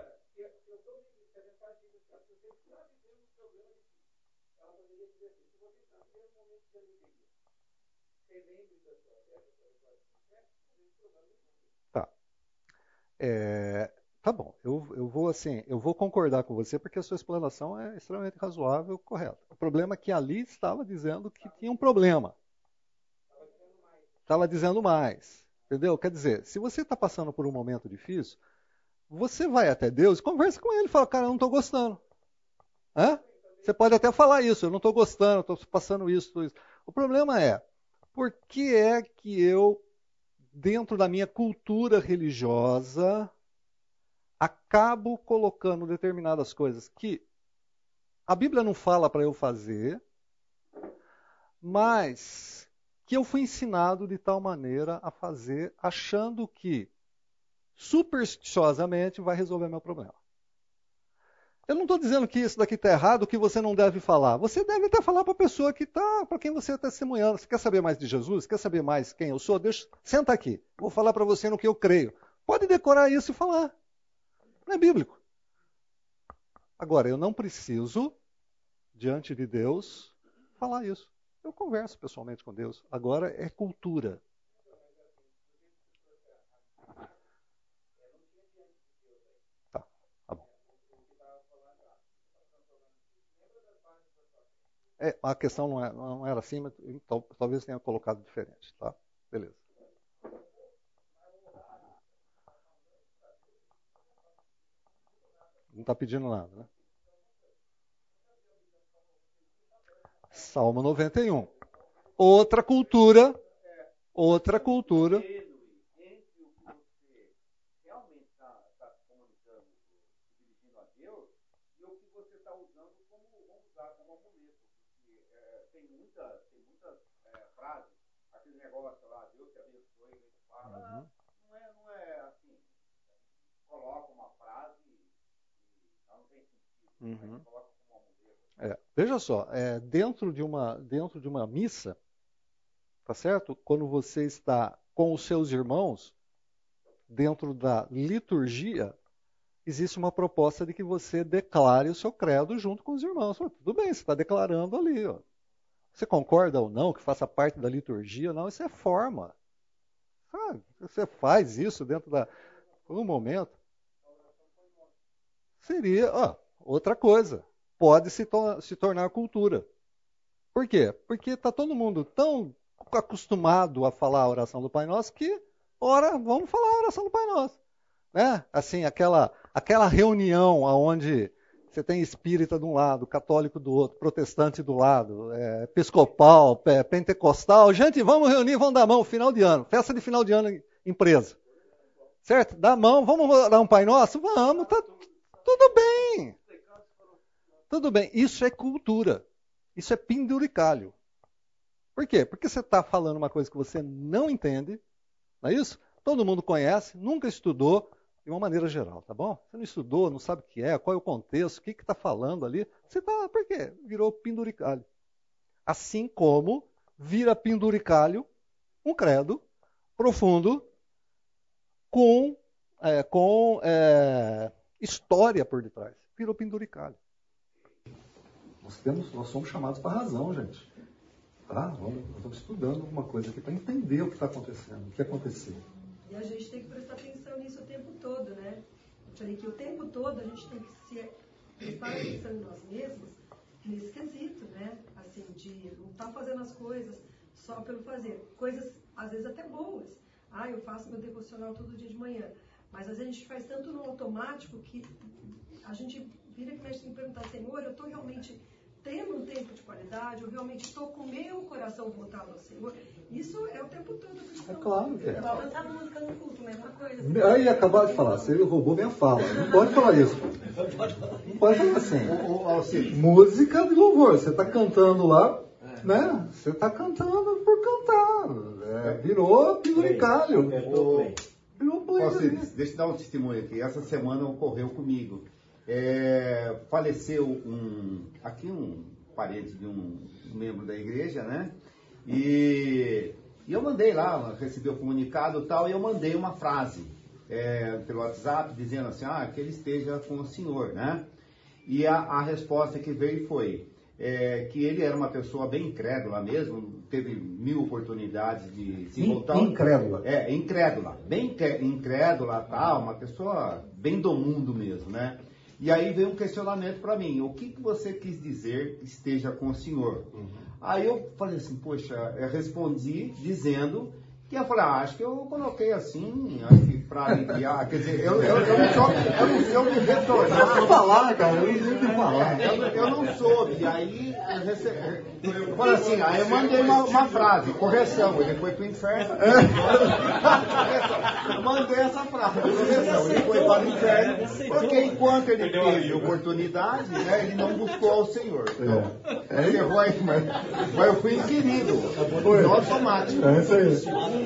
Tá. É, tá bom. Eu, eu vou assim, eu vou concordar com você porque a sua explanação é extremamente razoável, correta. O problema é que ali estava dizendo que tinha um problema. Estava dizendo mais. Entendeu? Quer dizer, se você está passando por um momento difícil, você vai até Deus e conversa com ele. Fala, cara, eu não estou gostando. Hã? Você pode até falar isso, eu não estou gostando, estou passando isso, isso. O problema é, por que é que eu, dentro da minha cultura religiosa, acabo colocando determinadas coisas que a Bíblia não fala para eu fazer, mas que eu fui ensinado de tal maneira a fazer, achando que supersticiosamente vai resolver meu problema. Eu não estou dizendo que isso daqui está errado, que você não deve falar. Você deve até falar para a pessoa que está, para quem você está testemunhando. Você quer saber mais de Jesus? Quer saber mais quem eu sou? Deixa, senta aqui. Vou falar para você no que eu creio. Pode decorar isso e falar. Não é bíblico. Agora, eu não preciso, diante de Deus, falar isso. Eu converso pessoalmente com Deus. Agora é cultura. É, a questão não, é, não era assim, mas então, talvez tenha colocado diferente. Tá? Beleza. Não está pedindo nada, né? Salmo noventa e um. Outra cultura, outra cultura. Uhum. Não é, não é assim, coloca uma frase e não tem sentido, uhum. Mas coloca como uma muleta. É, veja só, é, dentro, de uma, dentro de uma missa, tá certo? Quando você está com os seus irmãos, dentro da liturgia, existe uma proposta de que você declare o seu credo junto com os irmãos. Tudo bem, você está declarando ali. Ó. Você concorda ou não que faça parte da liturgia? Não, isso é forma. Ah, você faz isso dentro da... No momento. Seria ó, outra coisa. Pode se, to- se tornar cultura. Por quê? Porque está todo mundo tão acostumado a falar a oração do Pai Nosso que, ora, vamos falar a oração do Pai Nosso. Né? Assim, aquela, aquela reunião onde você tem espírita de um lado, católico do outro, protestante do lado, é, episcopal, é, pentecostal. Gente, vamos reunir, vamos dar mão, final de ano. Festa de final de ano em empresa. Certo? Dá mão, vamos orar um Pai Nosso? Vamos, tá tudo bem. Tudo bem. Isso é cultura. Isso é penduricalho. Por quê? Porque você está falando uma coisa que você não entende, não é isso? Todo mundo conhece, nunca estudou, de uma maneira geral, tá bom? Você não estudou, não sabe o que é, qual é o contexto, o que está falando ali. Você está, por quê? Virou penduricalho. Assim como vira penduricalho um credo profundo com, é, com é, história por detrás. Virou penduricalho. Nós, temos, nós somos chamados para a razão, gente. Tá? Vamos, nós estamos estudando alguma coisa aqui para entender o que está acontecendo, o que aconteceu. E a gente tem que prestar atenção nisso o tempo todo, né? Eu falei que o tempo todo a gente tem que se prestar atenção em nós mesmos nesse quesito, né? Assim, de não estar fazendo as coisas só pelo fazer. Coisas, às vezes, até boas. Ah, eu faço meu devocional todo dia de manhã. Mas às vezes a gente faz tanto no automático que a gente vira que mexe tem que perguntar, Senhor, eu estou realmente tendo um tempo de qualidade, eu realmente estou com o meu coração voltado ao Senhor. Isso é o tempo todo. É claro que é. Eu cantava música no culto, mesma coisa. Aí acabar de falar, você roubou minha fala. Não pode falar isso. Não pode falar assim. Música de louvor. Você está cantando lá, né? Você está cantando por cantar. É, virou penduricalho. Virou play. Deixa eu dar um testemunho aqui. Essa semana ocorreu comigo. É, faleceu um, aqui um parente de um membro da igreja, né? E, e eu mandei lá, recebi o comunicado e tal, e eu mandei uma frase é, pelo WhatsApp dizendo assim, ah, que ele esteja com o senhor, né? E a, a resposta que veio foi é, que ele era uma pessoa bem incrédula mesmo, teve mil oportunidades de se voltar. Incrédula. É, incrédula, bem incrédula, tal, uma pessoa bem do mundo mesmo, né? E aí veio um questionamento para mim, o que, que você quis dizer esteja com o senhor? Uhum. Aí eu falei assim, poxa, eu respondi dizendo que eu falei, ah, acho que eu coloquei assim, acho que para aliviar, quer dizer, eu, eu, eu não soube, eu não soube retornar. Eu falar, cara, eu não sei o que falar. É, eu, eu não soube, aí eu, recebi, eu falei assim, aí eu mandei uma, uma frase, correção, ele foi pro inferno. Eu mandei essa frase, correção, ele foi para o inferno, porque enquanto ele teve oportunidade, né, ele não buscou ao Senhor. Então, é. Ele errou aí, mas, mas eu fui inquirido, no automático. É isso aí.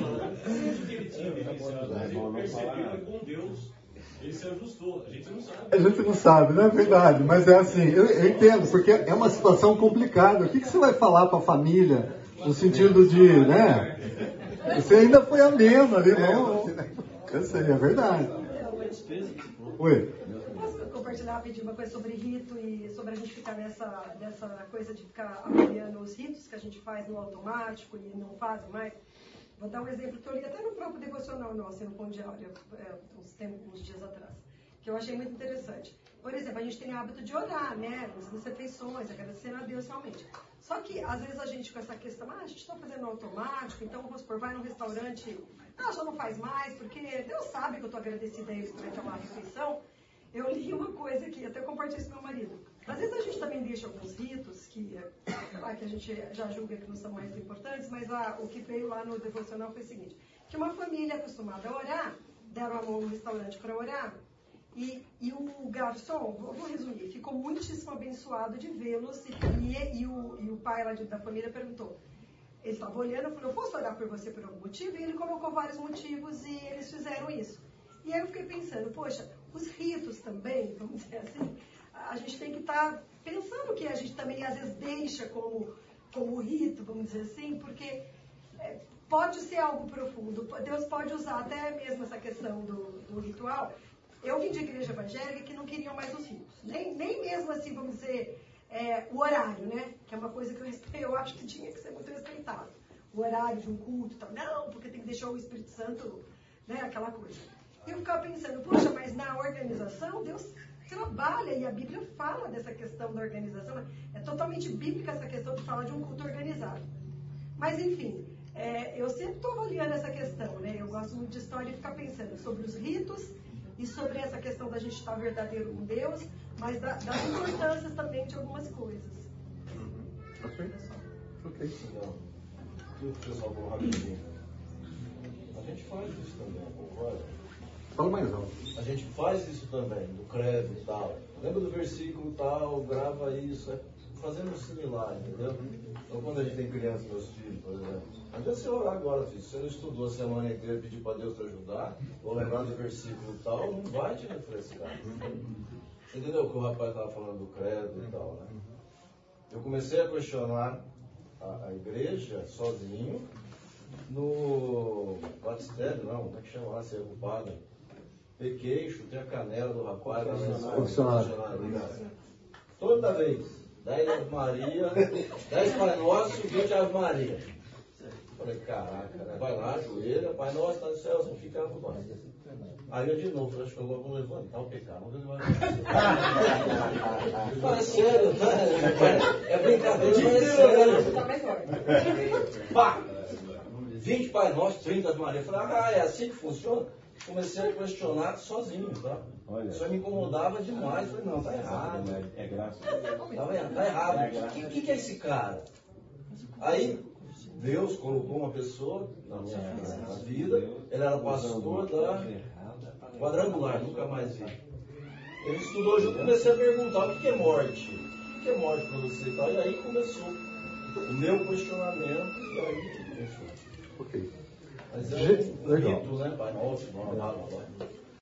Com Deus, ele se ajustou. A gente não sabe. A gente não sabe, não é verdade. Mas é assim, eu, eu entendo, porque é uma situação complicada. O que, que você vai falar para a família no sentido de, né? Você ainda foi ameno ali, não? Eu sei, é verdade. Oi. Posso compartilhar rapidinho uma coisa sobre rito e sobre a gente ficar nessa, nessa coisa de ficar avaliando os ritos que a gente faz no automático e não faz mais? Vou dar um exemplo que eu li até no próprio devocional nosso, no Pão de Áurea, uns, tempos, uns dias atrás, que eu achei muito interessante. Por exemplo, a gente tem o hábito de orar, né, nas refeições, agradecendo a Deus realmente. Só que, às vezes, a gente com essa questão, ah, a gente está fazendo automático, então, vamos supor, vai num restaurante, ah, já não faz mais, porque Deus sabe que eu estou agradecida a Ele durante uma refeição. Eu li uma coisa aqui, até compartilhei isso com meu marido. Às vezes a gente também deixa alguns ritos que, ah, que a gente já julga que não são mais importantes, mas ah, o que veio lá no devocional foi o seguinte, que uma família acostumada a orar, deram a mão no restaurante para orar, e, e o garçom, vou, vou resumir, ficou muitíssimo abençoado de vê-los, e, e, e, o, e o pai lá de, da família perguntou, ele estava olhando, falou, eu posso orar por você por algum motivo? E ele colocou vários motivos e eles fizeram isso. E aí eu fiquei pensando, poxa, os ritos também, vamos dizer assim, a gente tem que estar pensando que a gente também às vezes deixa como, como rito, vamos dizer assim, porque é, pode ser algo profundo. Deus pode usar até mesmo essa questão do, do ritual. Eu vim de igreja evangélica que não queriam mais os ritos. Nem, nem mesmo assim, vamos dizer, é, o horário, né? Que é uma coisa que eu, respeito, eu acho que tinha que ser muito respeitado. O horário de um culto e tal. Não, porque tem que deixar o Espírito Santo, né? Aquela coisa. E eu ficava pensando, poxa, mas na organização, Deus trabalha, e a Bíblia fala dessa questão da organização. É totalmente bíblica essa questão de falar de um culto organizado. Mas, enfim, é, eu sempre estou avaliando essa questão, né? Eu gosto muito de história e ficar pensando sobre os ritos e sobre essa questão da gente estar verdadeiro com Deus, mas da, das importâncias também de algumas coisas. Ok. Ok. Não. O pessoal falou rapidinho. A gente faz isso também, concorda? Fala mais alto. A gente faz isso também, do credo e tal. Lembra do versículo tal, grava isso, é fazendo um similar, entendeu? Então quando a gente tem criança, meus filhos, por exemplo, não adianta você orar agora, filho. Se você não estudou a semana inteira e pedir para Deus te ajudar, ou lembrar do versículo tal, não vai te refrescar. Você entendeu o que o rapaz estava falando do credo e tal, né? Eu comecei a questionar a, a igreja sozinho no batistério, não, como é que chama lá, ser o padre? Pequei, chutei a canela do rapaz lá na funcionário. Toda vez, dez Ave Maria, dez Pai Nosso e vinte Ave Maria. Falei, caraca, né? Vai lá, ajoelha, Pai Nosso está no céu, você fica arrumado. Aí eu de novo, falei, acho que eu vou levantar o pecado, vamos ver o que vai Fala, é sério, tá? É brincadeira, mas é sério. Pá! vinte Pai Nosso, trinta Ave Maria. Falei, ah, é assim que funciona? Comecei a questionar sozinho, tá? Olha. Isso me incomodava demais. Falei, não, tá errado. É graça. Tá vendo? Tá errado. O que, que, que é esse cara? Aí, Deus colocou uma pessoa na minha na vida. Ele era pastor da Quadrangular, nunca mais vi. Ele estudou junto, comecei a perguntar o que é morte? O que é morte para você e tal? E aí começou o meu questionamento e aí, enfim. Ok. Mas é um, um rito, né? Pai Nosso, blá, blá, blá.